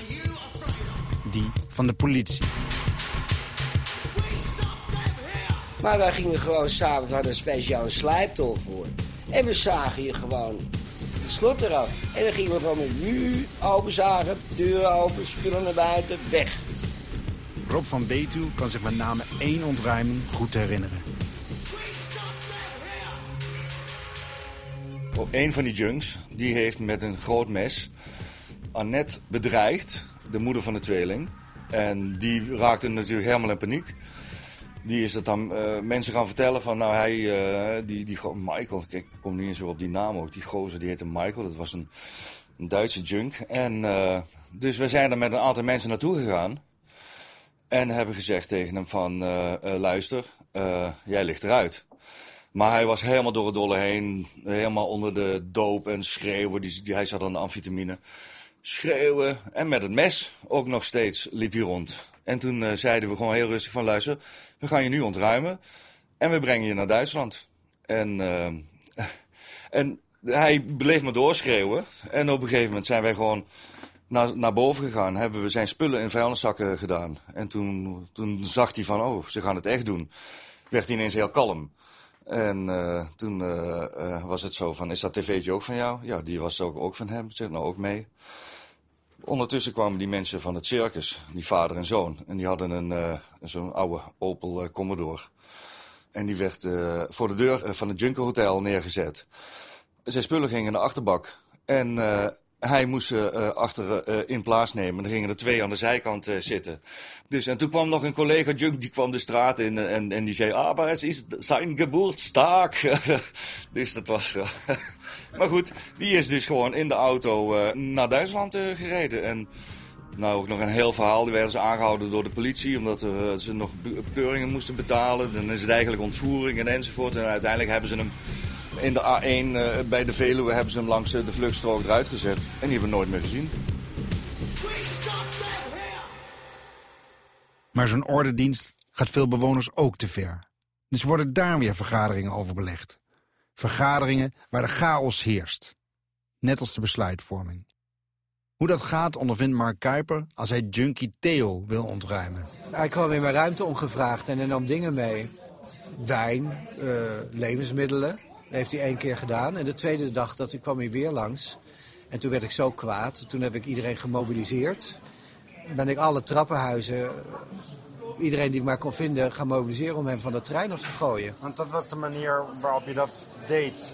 Die van de politie. Maar wij gingen gewoon s'avonds, we hadden een speciaal slijptol voor. En we zagen je gewoon het slot eraf. En dan gingen we gewoon met nu openzagen, deuren open, spullen naar buiten, weg. Rob van Betuw kan zich met name één ontruiming goed herinneren. Op een van die junks, die heeft met een groot mes Annette bedreigd, de moeder van de tweeling. En die raakte natuurlijk helemaal in paniek. Die is dat dan uh, mensen gaan vertellen van, nou hij, uh, die, die Michael, kijk, ik kom niet eens op die naam ook. Die gozer, die heette Michael, dat was een, een Duitse junk. En uh, dus we zijn er met een aantal mensen naartoe gegaan. En hebben gezegd tegen hem van, uh, uh, luister, uh, jij ligt eruit. Maar hij was helemaal door het dolle heen, helemaal onder de doop en schreeuwen. Die, die, hij zat aan de amfetamine. Schreeuwen en met het mes ook nog steeds liep hij rond. En toen uh, zeiden we gewoon heel rustig van, luister, we gaan je nu ontruimen en we brengen je naar Duitsland. En, uh, en hij bleef maar doorschreeuwen. En op een gegeven moment zijn wij gewoon naar, naar boven gegaan. Hebben we zijn spullen in vuilniszakken gedaan. En toen, toen zag hij van, oh, ze gaan het echt doen. Werd hij ineens heel kalm. En uh, toen uh, uh, was het zo van, is dat tv'tje ook van jou? Ja, die was ook, ook van hem. Zeg nou ook mee. Ondertussen kwamen die mensen van het circus, die vader en zoon. En die hadden een uh, zo'n oude Opel uh, Commodore. En die werd uh, voor de deur uh, van het Junker Hotel neergezet. Zijn spullen gingen in de achterbak. En uh, hij moest uh, achter uh, in plaats nemen. Er gingen er twee aan de zijkant uh, zitten. Dus, en toen kwam nog een collega Junk, die kwam de straat in en, en die zei, ah, maar het is zijn Geburtstag. Dus dat was... Uh, maar goed, die is dus gewoon in de auto uh, naar Duitsland uh, gereden. En nou ook nog een heel verhaal. Die werden ze aangehouden door de politie, omdat uh, ze nog bekeuringen moesten betalen. Dan is het eigenlijk ontvoering en enzovoort. En uiteindelijk hebben ze hem in de A één uh, bij de Veluwe hebben ze hem langs uh, de vluchtstrook eruit gezet. En die hebben we nooit meer gezien. Maar zo'n ordendienst gaat veel bewoners ook te ver. Dus worden daar weer vergaderingen over belegd. Vergaderingen waar de chaos heerst. Net als de besluitvorming. Hoe dat gaat ondervindt Mark Kuiper als hij junkie Theo wil ontruimen. Hij kwam in mijn ruimte ongevraagd en hij nam dingen mee. Wijn, uh, levensmiddelen, heeft hij één keer gedaan. En de tweede dag dat ik kwam hij weer langs. En toen werd ik zo kwaad. Toen heb ik iedereen gemobiliseerd. Ben ik alle trappenhuizen, iedereen die ik maar kon vinden, gaan mobiliseren om hem van de trein af te gooien. Want dat was de manier waarop je dat deed.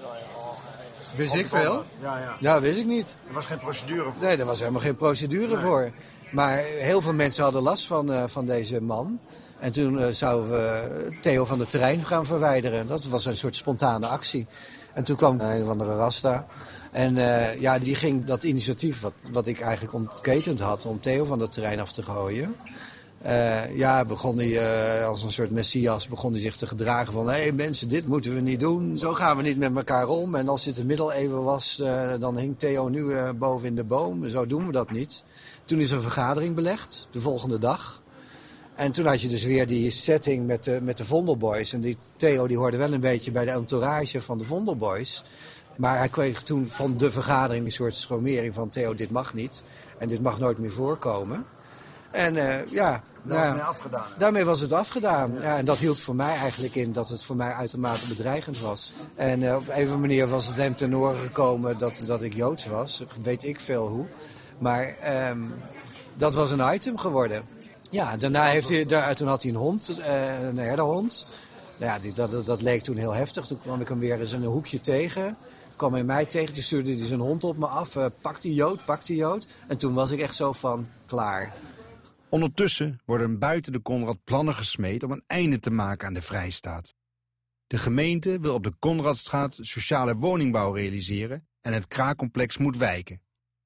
Wist ik veel? Ja, ja. Ja, wist ik niet. Er was geen procedure voor. Nee, er was helemaal geen procedure nee. voor. Maar heel veel mensen hadden last van, uh, van deze man. En toen uh, zouden we Theo van de trein gaan verwijderen. Dat was een soort spontane actie. En toen kwam een of andere Rasta. En uh, ja, die ging dat initiatief, wat, wat ik eigenlijk ontketend had, om Theo van de trein af te gooien. Uh, ja, begon hij uh, als een soort messias begon hij zich te gedragen van... hé hey, mensen, dit moeten we niet doen, zo gaan we niet met elkaar om. En als dit de middeleeuwen was, uh, dan hing Theo nu uh, boven in de boom. Zo doen we dat niet. Toen is een vergadering belegd, de volgende dag. En toen had je dus weer die setting met de, met de Vondelboys. En die Theo die hoorde wel een beetje bij de entourage van de Vondelboys. Maar hij kreeg toen van de vergadering een soort schomering van... Theo, dit mag niet en dit mag nooit meer voorkomen. En uh, ja... Dat was ja, mee afgedaan. Daarmee was het afgedaan. Ja, en dat hield voor mij eigenlijk in dat het voor mij uitermate bedreigend was. En uh, op een of andere manier was het hem ten oren gekomen dat, dat ik Joods was. Weet ik veel hoe. Maar um, dat was een item geworden. Ja, daarna heeft hij, daar, toen had hij een hond, uh, een herderhond. Ja, die, dat, dat leek toen heel heftig. Toen kwam ik hem weer eens in een hoekje tegen. Kwam hij mij tegen, toen stuurde hij zijn hond op me af. Uh, pak die Jood, pak die Jood. En toen was ik echt zo van, klaar. Ondertussen worden buiten de Konrad plannen gesmeed om een einde te maken aan de Vrijstaat. De gemeente wil op de Konradstraat sociale woningbouw realiseren en het kraakcomplex moet wijken.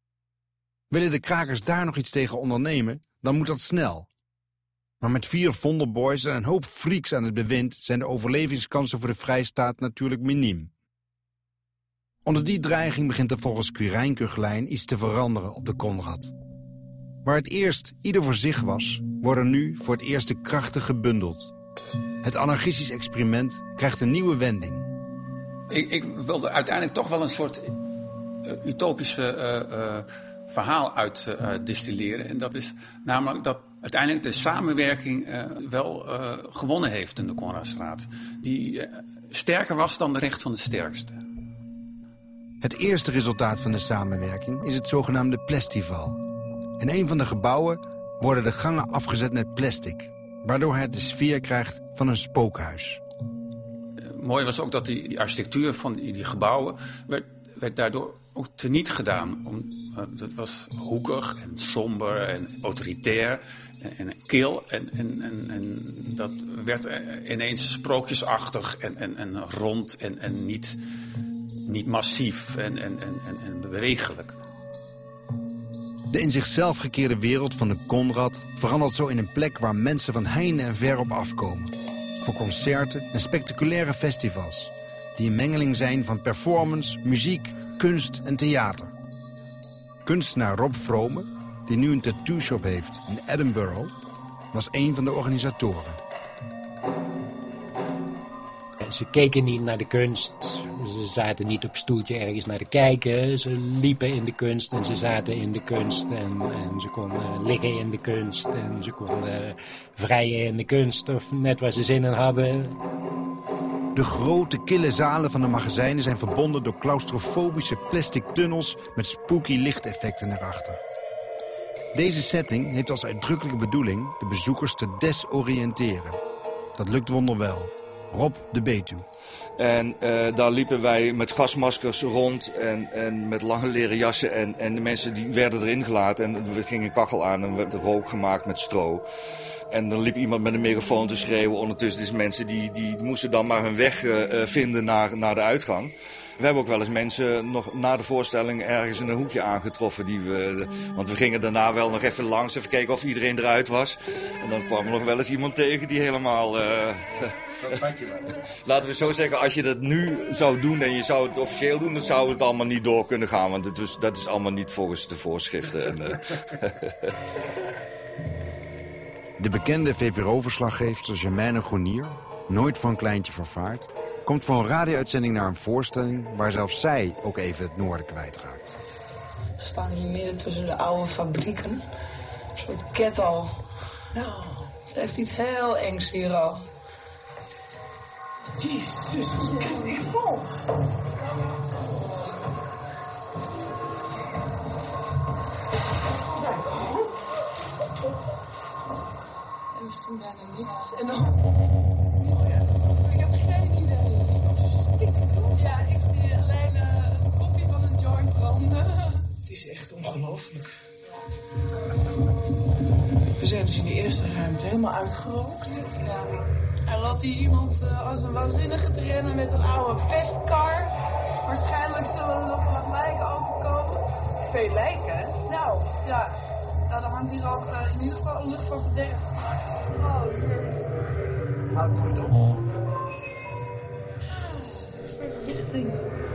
Willen de krakers daar nog iets tegen ondernemen, dan moet dat snel. Maar met vier Vondelboys en een hoop freaks aan het bewind zijn de overlevingskansen voor de Vrijstaat natuurlijk miniem. Onder die dreiging begint er volgens Quirijn Kuchlijn iets te veranderen op de Konrad. Waar het eerst ieder voor zich was, worden nu voor het eerst de krachten gebundeld. Het anarchistisch experiment krijgt een nieuwe wending. Ik, ik wilde uiteindelijk toch wel een soort uh, utopische uh, uh, verhaal uit uh, distilleren. En dat is namelijk dat uiteindelijk de samenwerking uh, wel uh, gewonnen heeft in de Konradstraat. Die uh, sterker was dan de recht van de sterkste. Het eerste resultaat van de samenwerking is het zogenaamde Plestival. In een van de gebouwen worden de gangen afgezet met plastic, waardoor het de sfeer krijgt van een spookhuis. Uh, mooi was ook dat die, die architectuur van die, die gebouwen werd, werd daardoor ook teniet gedaan. Om, uh, dat was hoekig en somber en autoritair en, en kil. En, en, en, en dat werd ineens sprookjesachtig en, en, en rond en, en niet, niet massief en, en, en, en bewegelijk. De in zichzelf gekeerde wereld van de Konrad verandert zo in een plek waar mensen van heinde en ver op afkomen. Voor concerten en spectaculaire festivals. Die een mengeling zijn van performance, muziek, kunst en theater. Kunstenaar Rob Vrome, die nu een tattoo-shop heeft in Edinburgh, was een van de organisatoren. Ze keken niet naar de kunst, ze zaten niet op stoeltje ergens naar te kijken. Ze liepen in de kunst en ze zaten in de kunst. En, en ze konden liggen in de kunst en ze konden vrijen in de kunst of net waar ze zin in hadden. De grote, kille zalen van de magazijnen zijn verbonden door claustrofobische plastic tunnels met spooky lichteffecten erachter. Deze setting heeft als uitdrukkelijke bedoeling de bezoekers te desoriënteren. Dat lukt wonderwel. Rob de Betuwe. En uh, daar liepen wij met gasmaskers rond en, en met lange leren jassen. En, en de mensen die werden erin gelaten en we gingen kachel aan en werd rook gemaakt met stro. En dan liep iemand met een megafoon te schreeuwen. Ondertussen dus mensen die, die moesten dan maar hun weg uh, vinden naar, naar de uitgang. We hebben ook wel eens mensen nog na de voorstelling ergens in een hoekje aangetroffen. Die we, want we gingen daarna wel nog even langs, even kijken of iedereen eruit was. En dan kwam er nog wel eens iemand tegen die helemaal... Uh, laten we zo zeggen, als je dat nu zou doen en je zou het officieel doen, dan zou het allemaal niet door kunnen gaan. Want het is, dat is allemaal niet volgens de voorschriften. En, uh, de bekende V P R O-verslaggeefster Germaine Gronier, nooit voor een kleintje vervaard, komt voor een radio-uitzending naar een voorstelling waar zelfs zij ook even het noorden kwijtraakt. We staan hier midden tussen de oude fabrieken. Een soort kettal. Nou, het heeft iets heel engs hier al. Jezus, het is echt vol. En we zien bijna niets. En dan... Oh ja, ik heb geen idee. Het is nog stinkend. Ja, ik zie alleen uh, het kopje van een joint branden. Het is echt ongelooflijk. We zijn dus in de eerste ruimte helemaal uitgerookt. Ja. En laat hier iemand uh, als een waanzinnige te rennen met een oude pestkar. Waarschijnlijk zullen er nog wat lijken overkomen. Veel lijken? Nou, ja. Nou, dan hangt hier ook uh, in ieder geval een lucht van verderf. Oh, jezus. Houd het op. Verlichting.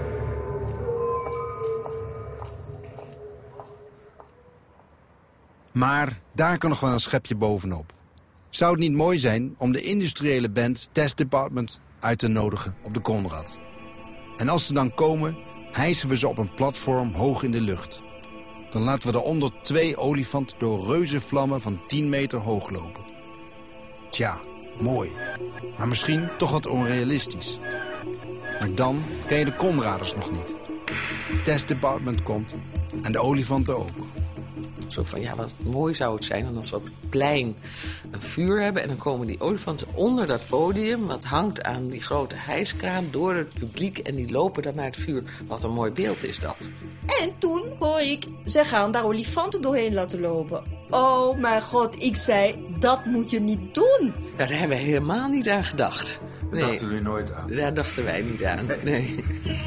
Maar daar kan nog wel een schepje bovenop. Zou het niet mooi zijn om de industriële band Test Department uit te nodigen op de Konrad? En als ze dan komen, hijsen we ze op een platform hoog in de lucht. Dan laten we daaronder twee olifanten door reuzenvlammen van tien meter hoog lopen. Tja, mooi. Maar misschien toch wat onrealistisch. Maar dan ken je de Konraders nog niet. Test Department komt en de olifanten ook. Zo van, ja, wat mooi zou het zijn als we op het plein een vuur hebben. En dan komen die olifanten onder dat podium, wat hangt aan die grote hijskraan, door het publiek. En die lopen dan naar het vuur. Wat een mooi beeld is dat. En toen hoor ik, ze gaan daar olifanten doorheen laten lopen. Oh mijn god, ik zei, dat moet je niet doen. Daar hebben we helemaal niet aan gedacht. Daar nee. dachten jullie nooit aan? Daar dachten wij niet aan, nee.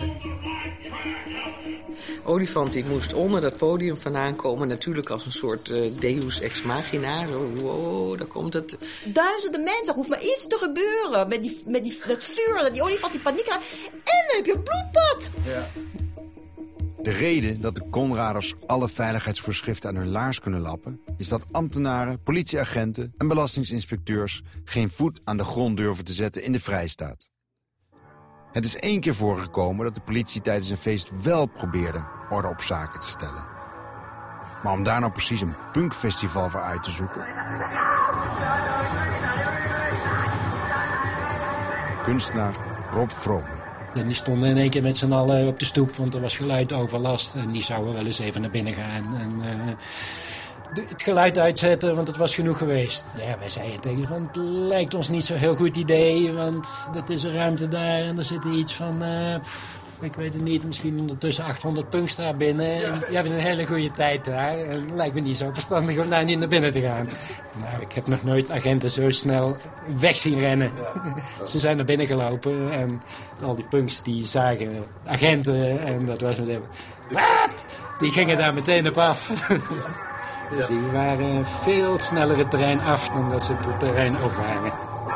Olifant die moest onder dat podium vandaan komen. Natuurlijk als een soort uh, deus ex machina. Zo, wow, daar komt het. Duizenden mensen, er hoeft maar iets te gebeuren. Met, die, met die, dat vuur, dat die olifant die paniek raakt. En dan heb je een bloedbad. Ja. De reden dat de Konraders alle veiligheidsvoorschriften aan hun laars kunnen lappen, is dat ambtenaren, politieagenten en belastinginspecteurs geen voet aan de grond durven te zetten in de Vrijstaat. Het is één keer voorgekomen dat de politie tijdens een feest wel probeerde orde op zaken te stellen. Maar om daar nou precies een punkfestival voor uit te zoeken... Kunstenaar Rob Vroomen. En die stonden in één keer met z'n allen op de stoep, want er was geluidoverlast. En die zouden wel eens even naar binnen gaan en uh, de, het geluid uitzetten, want het was genoeg geweest. Ja, wij zeiden tegen van, het lijkt ons niet zo'n heel goed idee, want dat is een ruimte daar en er zit iets van... Uh, pff, ik weet het niet, misschien ondertussen achthonderd punks daar binnen. Ja. En je hebt een hele goede tijd daar. En het lijkt me niet zo verstandig om daar niet naar binnen te gaan. Nou, ik heb nog nooit agenten zo snel weg zien rennen. Ja. Ze zijn naar binnen gelopen en al die punks die zagen agenten. En dat was meteen... Wat? Die gingen daar meteen op af. Dus die waren veel sneller het terrein af dan dat ze het terrein op waren.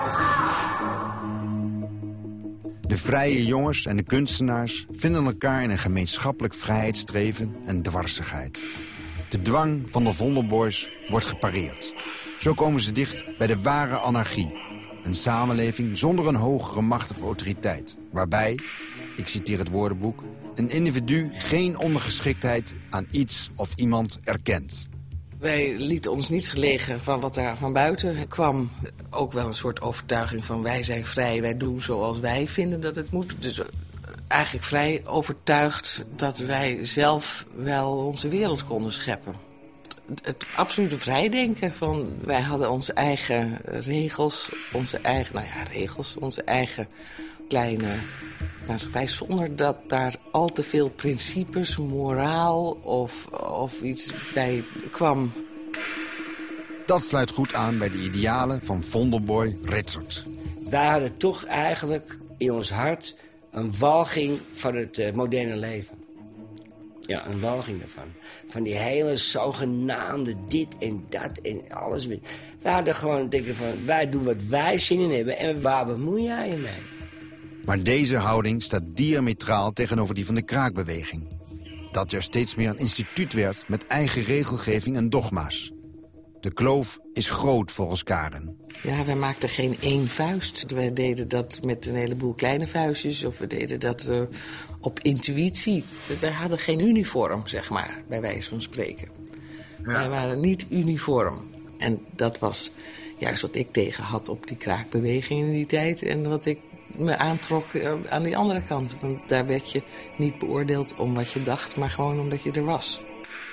De vrije jongens en de kunstenaars vinden elkaar in een gemeenschappelijk vrijheidsstreven en dwarsigheid. De dwang van de Vondelboys wordt gepareerd. Zo komen ze dicht bij de ware anarchie. Een samenleving zonder een hogere macht of autoriteit. Waarbij, ik citeer het woordenboek, een individu geen ondergeschiktheid aan iets of iemand erkent. Wij lieten ons niet gelegen van wat daar van buiten kwam. Ook wel een soort overtuiging van wij zijn vrij, wij doen zoals wij vinden dat het moet. Dus eigenlijk vrij overtuigd dat wij zelf wel onze wereld konden scheppen. Het, het absolute vrijdenken van wij hadden onze eigen regels, onze eigen, nou ja, regels, onze eigen kleine maatschappij, zonder dat daar al te veel principes, moraal of, of iets bij kwam. Dat sluit goed aan bij de idealen van Vondelboy Ritsert. Wij hadden toch eigenlijk in ons hart een walging van het uh, moderne leven. Ja, een walging daarvan. Van die hele zogenaamde dit en dat en alles. Wij hadden gewoon denken van, wij doen wat wij zin in hebben en waar bemoei jij je mee? Maar deze houding staat diametraal tegenover die van de kraakbeweging. Dat juist steeds meer een instituut werd met eigen regelgeving en dogma's. De kloof is groot volgens Karen. Ja, wij maakten geen één vuist. We deden dat met een heleboel kleine vuistjes of we deden dat uh, op intuïtie. Wij hadden geen uniform, zeg maar, bij wijze van spreken. Ja. Wij waren niet uniform. En dat was juist wat ik tegen had op die kraakbeweging in die tijd en wat ik me aantrok aan die andere kant. Want daar werd je niet beoordeeld om wat je dacht, maar gewoon omdat je er was.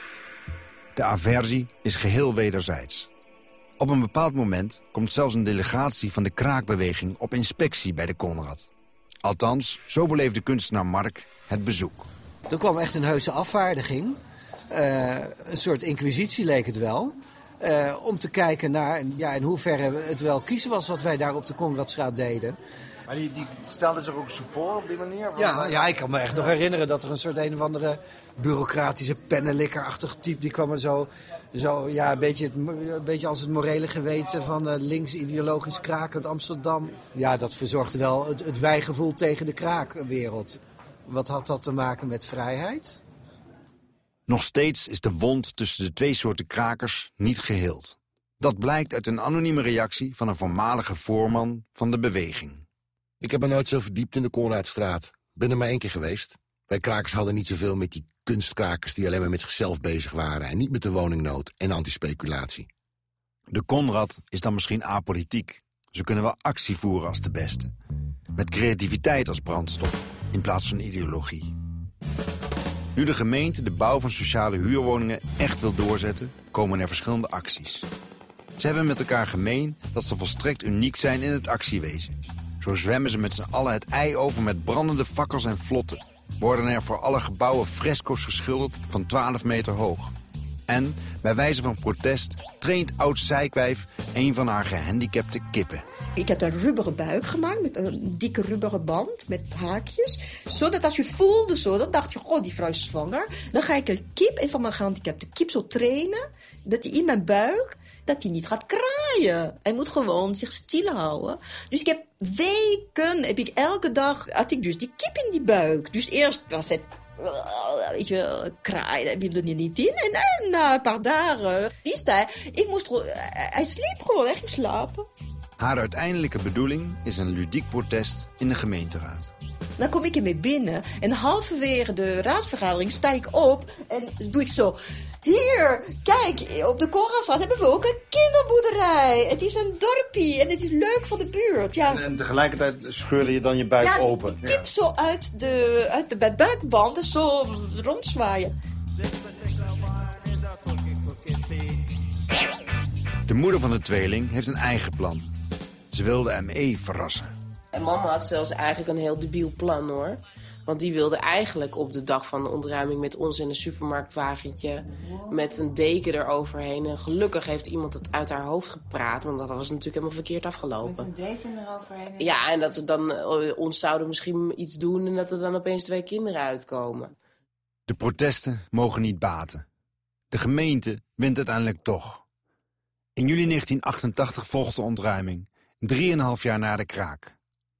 De aversie is geheel wederzijds. Op een bepaald moment komt zelfs een delegatie van de kraakbeweging op inspectie bij de Konrad. Althans, zo beleefde kunstenaar Mark het bezoek. Er kwam echt een heuse afvaardiging. Uh, een soort inquisitie leek het wel. Uh, om te kijken naar ja, in hoeverre het wel kiezen was wat wij daar op de Konradstraat deden. Maar die, die stelden zich ook zo voor op die manier? Ja, ja, ik kan me echt nog herinneren dat er een soort een of andere bureaucratische pennenlikkerachtig type, die kwam er zo, zo ja, een beetje, het, een beetje als het morele geweten van uh, links ideologisch krakend Amsterdam. Ja, dat verzorgde wel het, het wijgevoel tegen de kraakwereld. Wat had dat te maken met vrijheid? Nog steeds is de wond tussen de twee soorten krakers niet geheeld. Dat blijkt uit een anonieme reactie van een voormalige voorman van de beweging. Ik heb me nooit zo verdiept in de Konradstraat. Ben er maar één keer geweest. Wij krakers hadden niet zoveel met die kunstkrakers die alleen maar met zichzelf bezig waren en niet met de woningnood en antispeculatie. De Konrad is dan misschien apolitiek. Ze kunnen wel actie voeren als de beste. Met creativiteit als brandstof, in plaats van ideologie. Nu de gemeente de bouw van sociale huurwoningen echt wil doorzetten, komen er verschillende acties. Ze hebben met elkaar gemeen dat ze volstrekt uniek zijn in het actiewezen. Zo zwemmen ze met z'n allen het ei over met brandende fakkels en vlotten. Worden er voor alle gebouwen fresco's geschilderd van twaalf meter hoog. En, bij wijze van protest, traint oud Zijkwijf een van haar gehandicapte kippen. Ik heb een rubberen buik gemaakt met een dikke rubberen band met haakjes. Zodat als je voelde zo, dan dacht je, goh, die vrouw is zwanger. Dan ga ik een kip, een van mijn gehandicapte kip, zo trainen. Dat die in mijn buik, dat hij niet gaat kraaien. Hij moet gewoon zich stil houden. Dus ik heb weken, heb ik elke dag, had ik dus die kip in die buik. Dus eerst was het, weet je, kraaien, hij wilde er niet in. En, en na een paar dagen wist hij, ik moest, hij sliep gewoon, hij ging slapen. Haar uiteindelijke bedoeling is een ludiek protest in de gemeenteraad. Dan kom ik ermee binnen. En halverwege de raadsvergadering sta ik op en doe ik zo... Hier, kijk, op de Konradstraat hebben we ook een kinderboerderij. Het is een dorpie en het is leuk voor de buurt. Ja. En, en tegelijkertijd scheurde je dan je buik ja, open. Ja, kip zo uit de, uit de buikband en zo rondzwaaien. De moeder van de tweeling heeft een eigen plan. Ze wil de M E verrassen. En mama had zelfs eigenlijk een heel debiel plan, hoor. Want die wilde eigenlijk op de dag van de ontruiming met ons in een supermarktwagentje... met een deken eroverheen. En gelukkig heeft iemand het uit haar hoofd gepraat. Want dat was natuurlijk helemaal verkeerd afgelopen. Met een deken eroverheen? Ja, en dat ze dan uh, ons zouden misschien iets doen... en dat er dan opeens twee kinderen uitkomen. De protesten mogen niet baten. De gemeente wint uiteindelijk toch. In juli negentien achtentachtig volgt de ontruiming. Drieënhalf jaar na de kraak.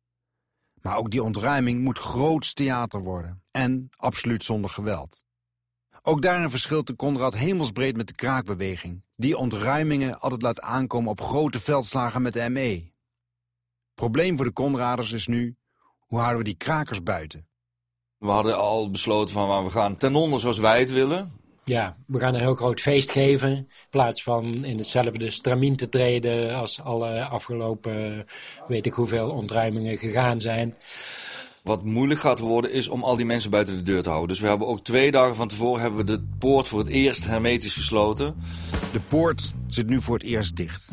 Maar ook die ontruiming moet groots theater worden. En absoluut zonder geweld. Ook daarin verschilt de Konrad hemelsbreed met de kraakbeweging. Die ontruimingen altijd laat aankomen op grote veldslagen met de M E. Probleem voor de Konraders is nu... hoe houden we die krakers buiten? We hadden al besloten van we gaan ten onder zoals wij het willen. Ja, we gaan een heel groot feest geven. In plaats van in hetzelfde stramien te treden als alle afgelopen, weet ik hoeveel ontruimingen gegaan zijn. Wat moeilijk gaat worden is om al die mensen buiten de deur te houden. Dus we hebben ook twee dagen van tevoren hebben we de poort voor het eerst hermetisch gesloten. De poort zit nu voor het eerst dicht.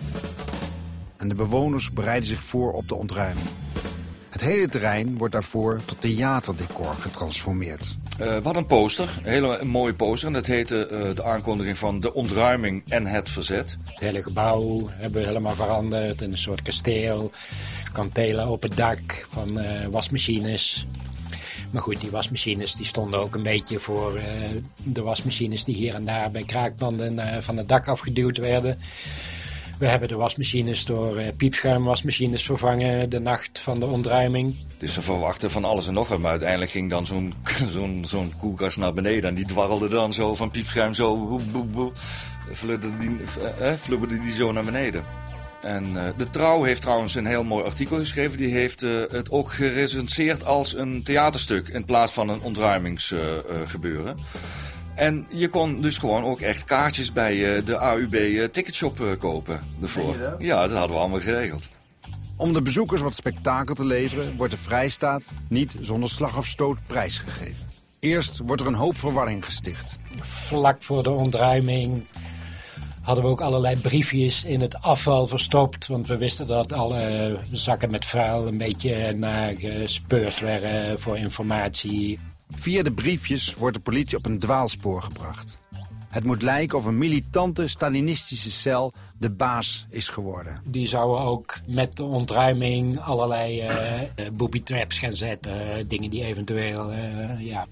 En de bewoners bereiden zich voor op de ontruiming. Het hele terrein wordt daarvoor tot theaterdecor getransformeerd. Uh, we hadden een poster, een hele een mooie poster. En dat heette uh, de aankondiging van de ontruiming en het verzet. Het hele gebouw hebben we helemaal veranderd in een soort kasteel. Kantelen op het dak van uh, wasmachines. Maar goed, die wasmachines die stonden ook een beetje voor uh, de wasmachines die hier en daar bij kraakpanden uh, van het dak afgeduwd werden. We hebben de wasmachines door uh, piepschuimwasmachines vervangen de nacht van de ontruiming. Dus ze verwachten van alles en nog wat. Maar uiteindelijk ging dan zo'n zo'n zo'n koelkast naar beneden. En die dwarrelde dan zo van piepschuim zo... Boe, boe, boe, flubberde die, eh, flubberde die zo naar beneden. En uh, de Trouw heeft trouwens een heel mooi artikel geschreven. Die heeft uh, het ook gerecenseerd als een theaterstuk in plaats van een ontruimingsgebeuren. Uh, uh, En je kon dus gewoon ook echt kaartjes bij uh, de A U B uh, ticketshop uh, kopen ervoor. Dat? Ja, dat hadden we allemaal geregeld. Om de bezoekers wat spektakel te leveren wordt de Vrijstaat niet zonder slag of stoot prijsgegeven. Eerst wordt er een hoop verwarring gesticht. Vlak voor de ontruiming hadden we ook allerlei briefjes in het afval verstopt. Want we wisten dat alle zakken met vuil een beetje nagespeurd werden voor informatie. Via de briefjes wordt de politie op een dwaalspoor gebracht. Het moet lijken of een militante Stalinistische cel de baas is geworden. Die zouden ook met de ontruiming allerlei uh, uh, booby traps gaan zetten. Uh, dingen die eventueel uh, ja,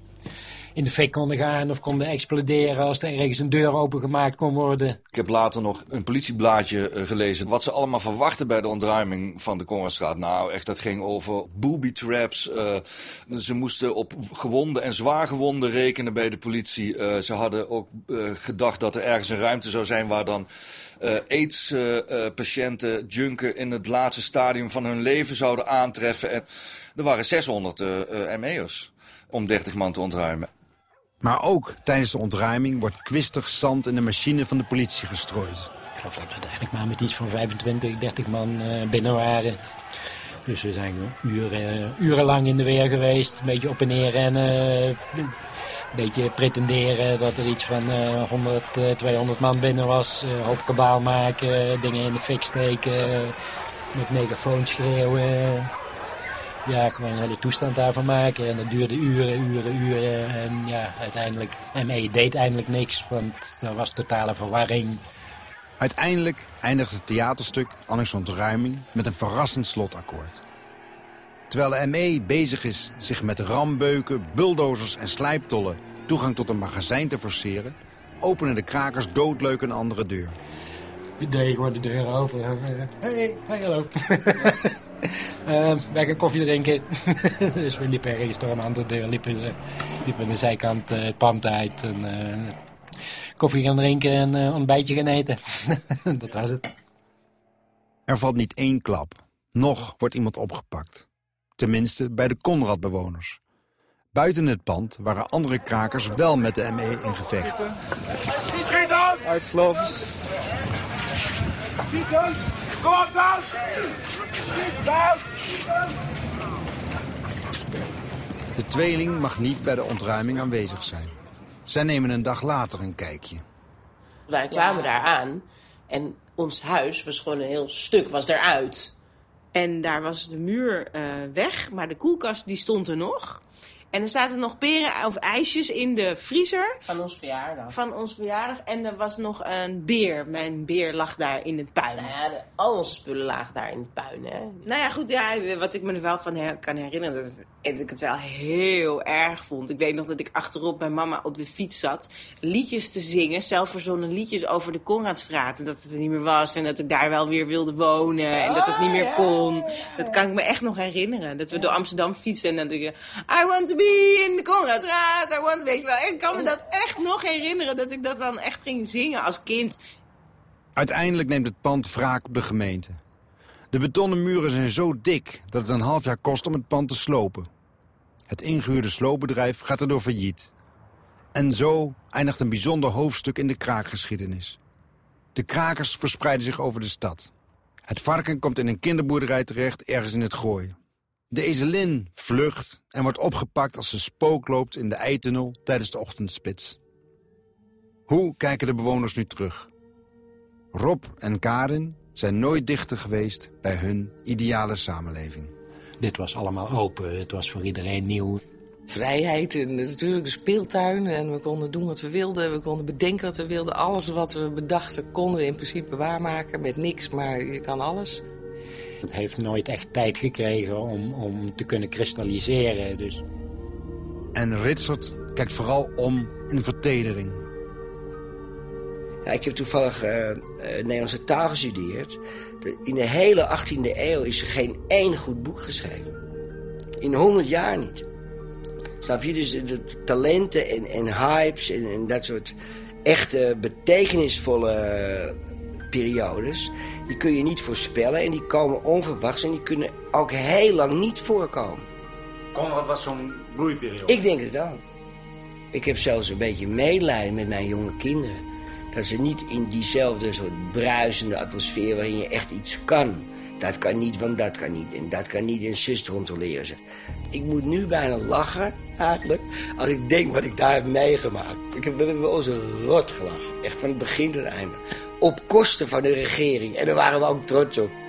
in de fik konden gaan of konden exploderen als er ergens een deur opengemaakt kon worden. Ik heb later nog een politieblaadje uh, gelezen wat ze allemaal verwachten bij de ontruiming van de Konradstraat. Nou, echt, dat ging over booby traps. Uh, ze moesten op gewonden en zwaargewonden rekenen bij de politie. Uh, ze hadden ook uh, gedacht dat er ergens een ruimte zou zijn waar dan uh, AIDS-patiënten, uh, uh, junken in het laatste stadium van hun leven zouden aantreffen. En er waren zeshonderd uh, uh, M E'ers om dertig man te ontruimen. Maar ook tijdens de ontruiming wordt kwistig zand in de machine van de politie gestrooid. Ik geloof dat we uiteindelijk maar met iets van vijfentwintig, dertig man uh, binnen waren. Dus we zijn uren, urenlang in de weer geweest. Een beetje op en neer rennen. Een beetje pretenderen dat er iets van uh, honderd, tweehonderd man binnen was. Een uh, hoop kabaal maken, dingen in de fik steken. Met megafoon schreeuwen. Ja, gewoon een hele toestand daarvan maken. En dat duurde uren, uren, uren. En ja, uiteindelijk, M E deed eindelijk niks, want er was totale verwarring. Uiteindelijk eindigt het theaterstuk, annex ontruiming, met een verrassend slotakkoord. Terwijl de M E bezig is zich met rambeuken, bulldozers en slijptollen toegang tot een magazijn te forceren, openen de krakers doodleuk een andere deur. We deden gewoon de deur open. Hey, hey, hallo. uh, wij gaan koffie drinken. Dus we liepen ergens door een andere deur, liepen, uh, liepen aan de zijkant uh, het pand uit. En, uh, koffie gaan drinken en een uh, ontbijtje gaan eten. Dat was het. Er valt niet één klap. Nog wordt iemand opgepakt. Tenminste bij de Konradbewoners. Buiten het pand waren andere krakers wel met de M E in gevecht. Schiet dan! Uitslovers. Schiet dan! Kom op dan! Schiet dan! De tweeling mag niet bij de ontruiming aanwezig zijn. Zij nemen een dag later een kijkje. Wij kwamen daar aan en ons huis was gewoon een heel stuk was eruit. En daar was de muur uh, weg, maar de koelkast die stond er nog. En er zaten nog peren of ijsjes in de vriezer. Van ons verjaardag. Van ons verjaardag. En er was nog een beer. Mijn beer lag daar in het puin. Nou ja, de, al onze spullen lagen daar in het puin, hè. Nou ja, goed. Ja, wat ik me er wel van her, kan herinneren, dat, het, dat ik het wel heel erg vond. Ik weet nog dat ik achterop bij mama op de fiets zat. Liedjes te zingen. Zelfverzonnen liedjes over de Konradstraat. En dat het er niet meer was. En dat ik daar wel weer wilde wonen. En dat het niet meer kon. Dat kan ik me echt nog herinneren. Dat we door Amsterdam fietsen. En dat ik... I want to be in de Konradstraat. I want... Weet je wel. Ik kan me dat echt nog herinneren. Dat ik dat dan echt ging zingen als kind. Uiteindelijk neemt het pand wraak op de gemeente. De betonnen muren zijn zo dik dat het een half jaar kost om het pand te slopen. Het ingehuurde sloopbedrijf gaat erdoor failliet. En zo eindigt een bijzonder hoofdstuk in de kraakgeschiedenis. De krakers verspreiden zich over de stad. Het varken komt in een kinderboerderij terecht ergens in het Gooi. De ezelin vlucht en wordt opgepakt als ze spook loopt in de eitunnel tijdens de ochtendspits. Hoe kijken de bewoners nu terug? Rob en Karin zijn nooit dichter geweest bij hun ideale samenleving. Dit was allemaal open, het was voor iedereen nieuw. Vrijheid en natuurlijk de speeltuin en we konden doen wat we wilden. We konden bedenken wat we wilden. Alles wat we bedachten konden we in principe waarmaken met niks, maar je kan alles. Het heeft nooit echt tijd gekregen om, om te kunnen kristalliseren. Dus. En Ritsert kijkt vooral om in vertedering. Ja, ik heb toevallig uh, uh, Nederlandse taal gestudeerd. De, in de hele achttiende eeuw is er geen één goed boek geschreven. In honderd jaar niet. Snap je? Dus de, de talenten en, en hypes en, en dat soort echte betekenisvolle periodes, die kun je niet voorspellen en die komen onverwachts en die kunnen ook heel lang niet voorkomen. Konrad was zo'n bloeiperiode? Ik denk het wel. Ik heb zelfs een beetje medelijden met mijn jonge kinderen. Dat ze niet in diezelfde soort bruisende atmosfeer waarin je echt iets kan. Dat kan niet, want dat kan niet. En dat kan niet en zus controleren ze. Ik moet nu bijna lachen, eigenlijk, als ik denk wat ik daar heb meegemaakt. Ik heb met ons rot gelachen. Echt van het begin tot het einde. Op kosten van de regering. En daar waren we ook trots op.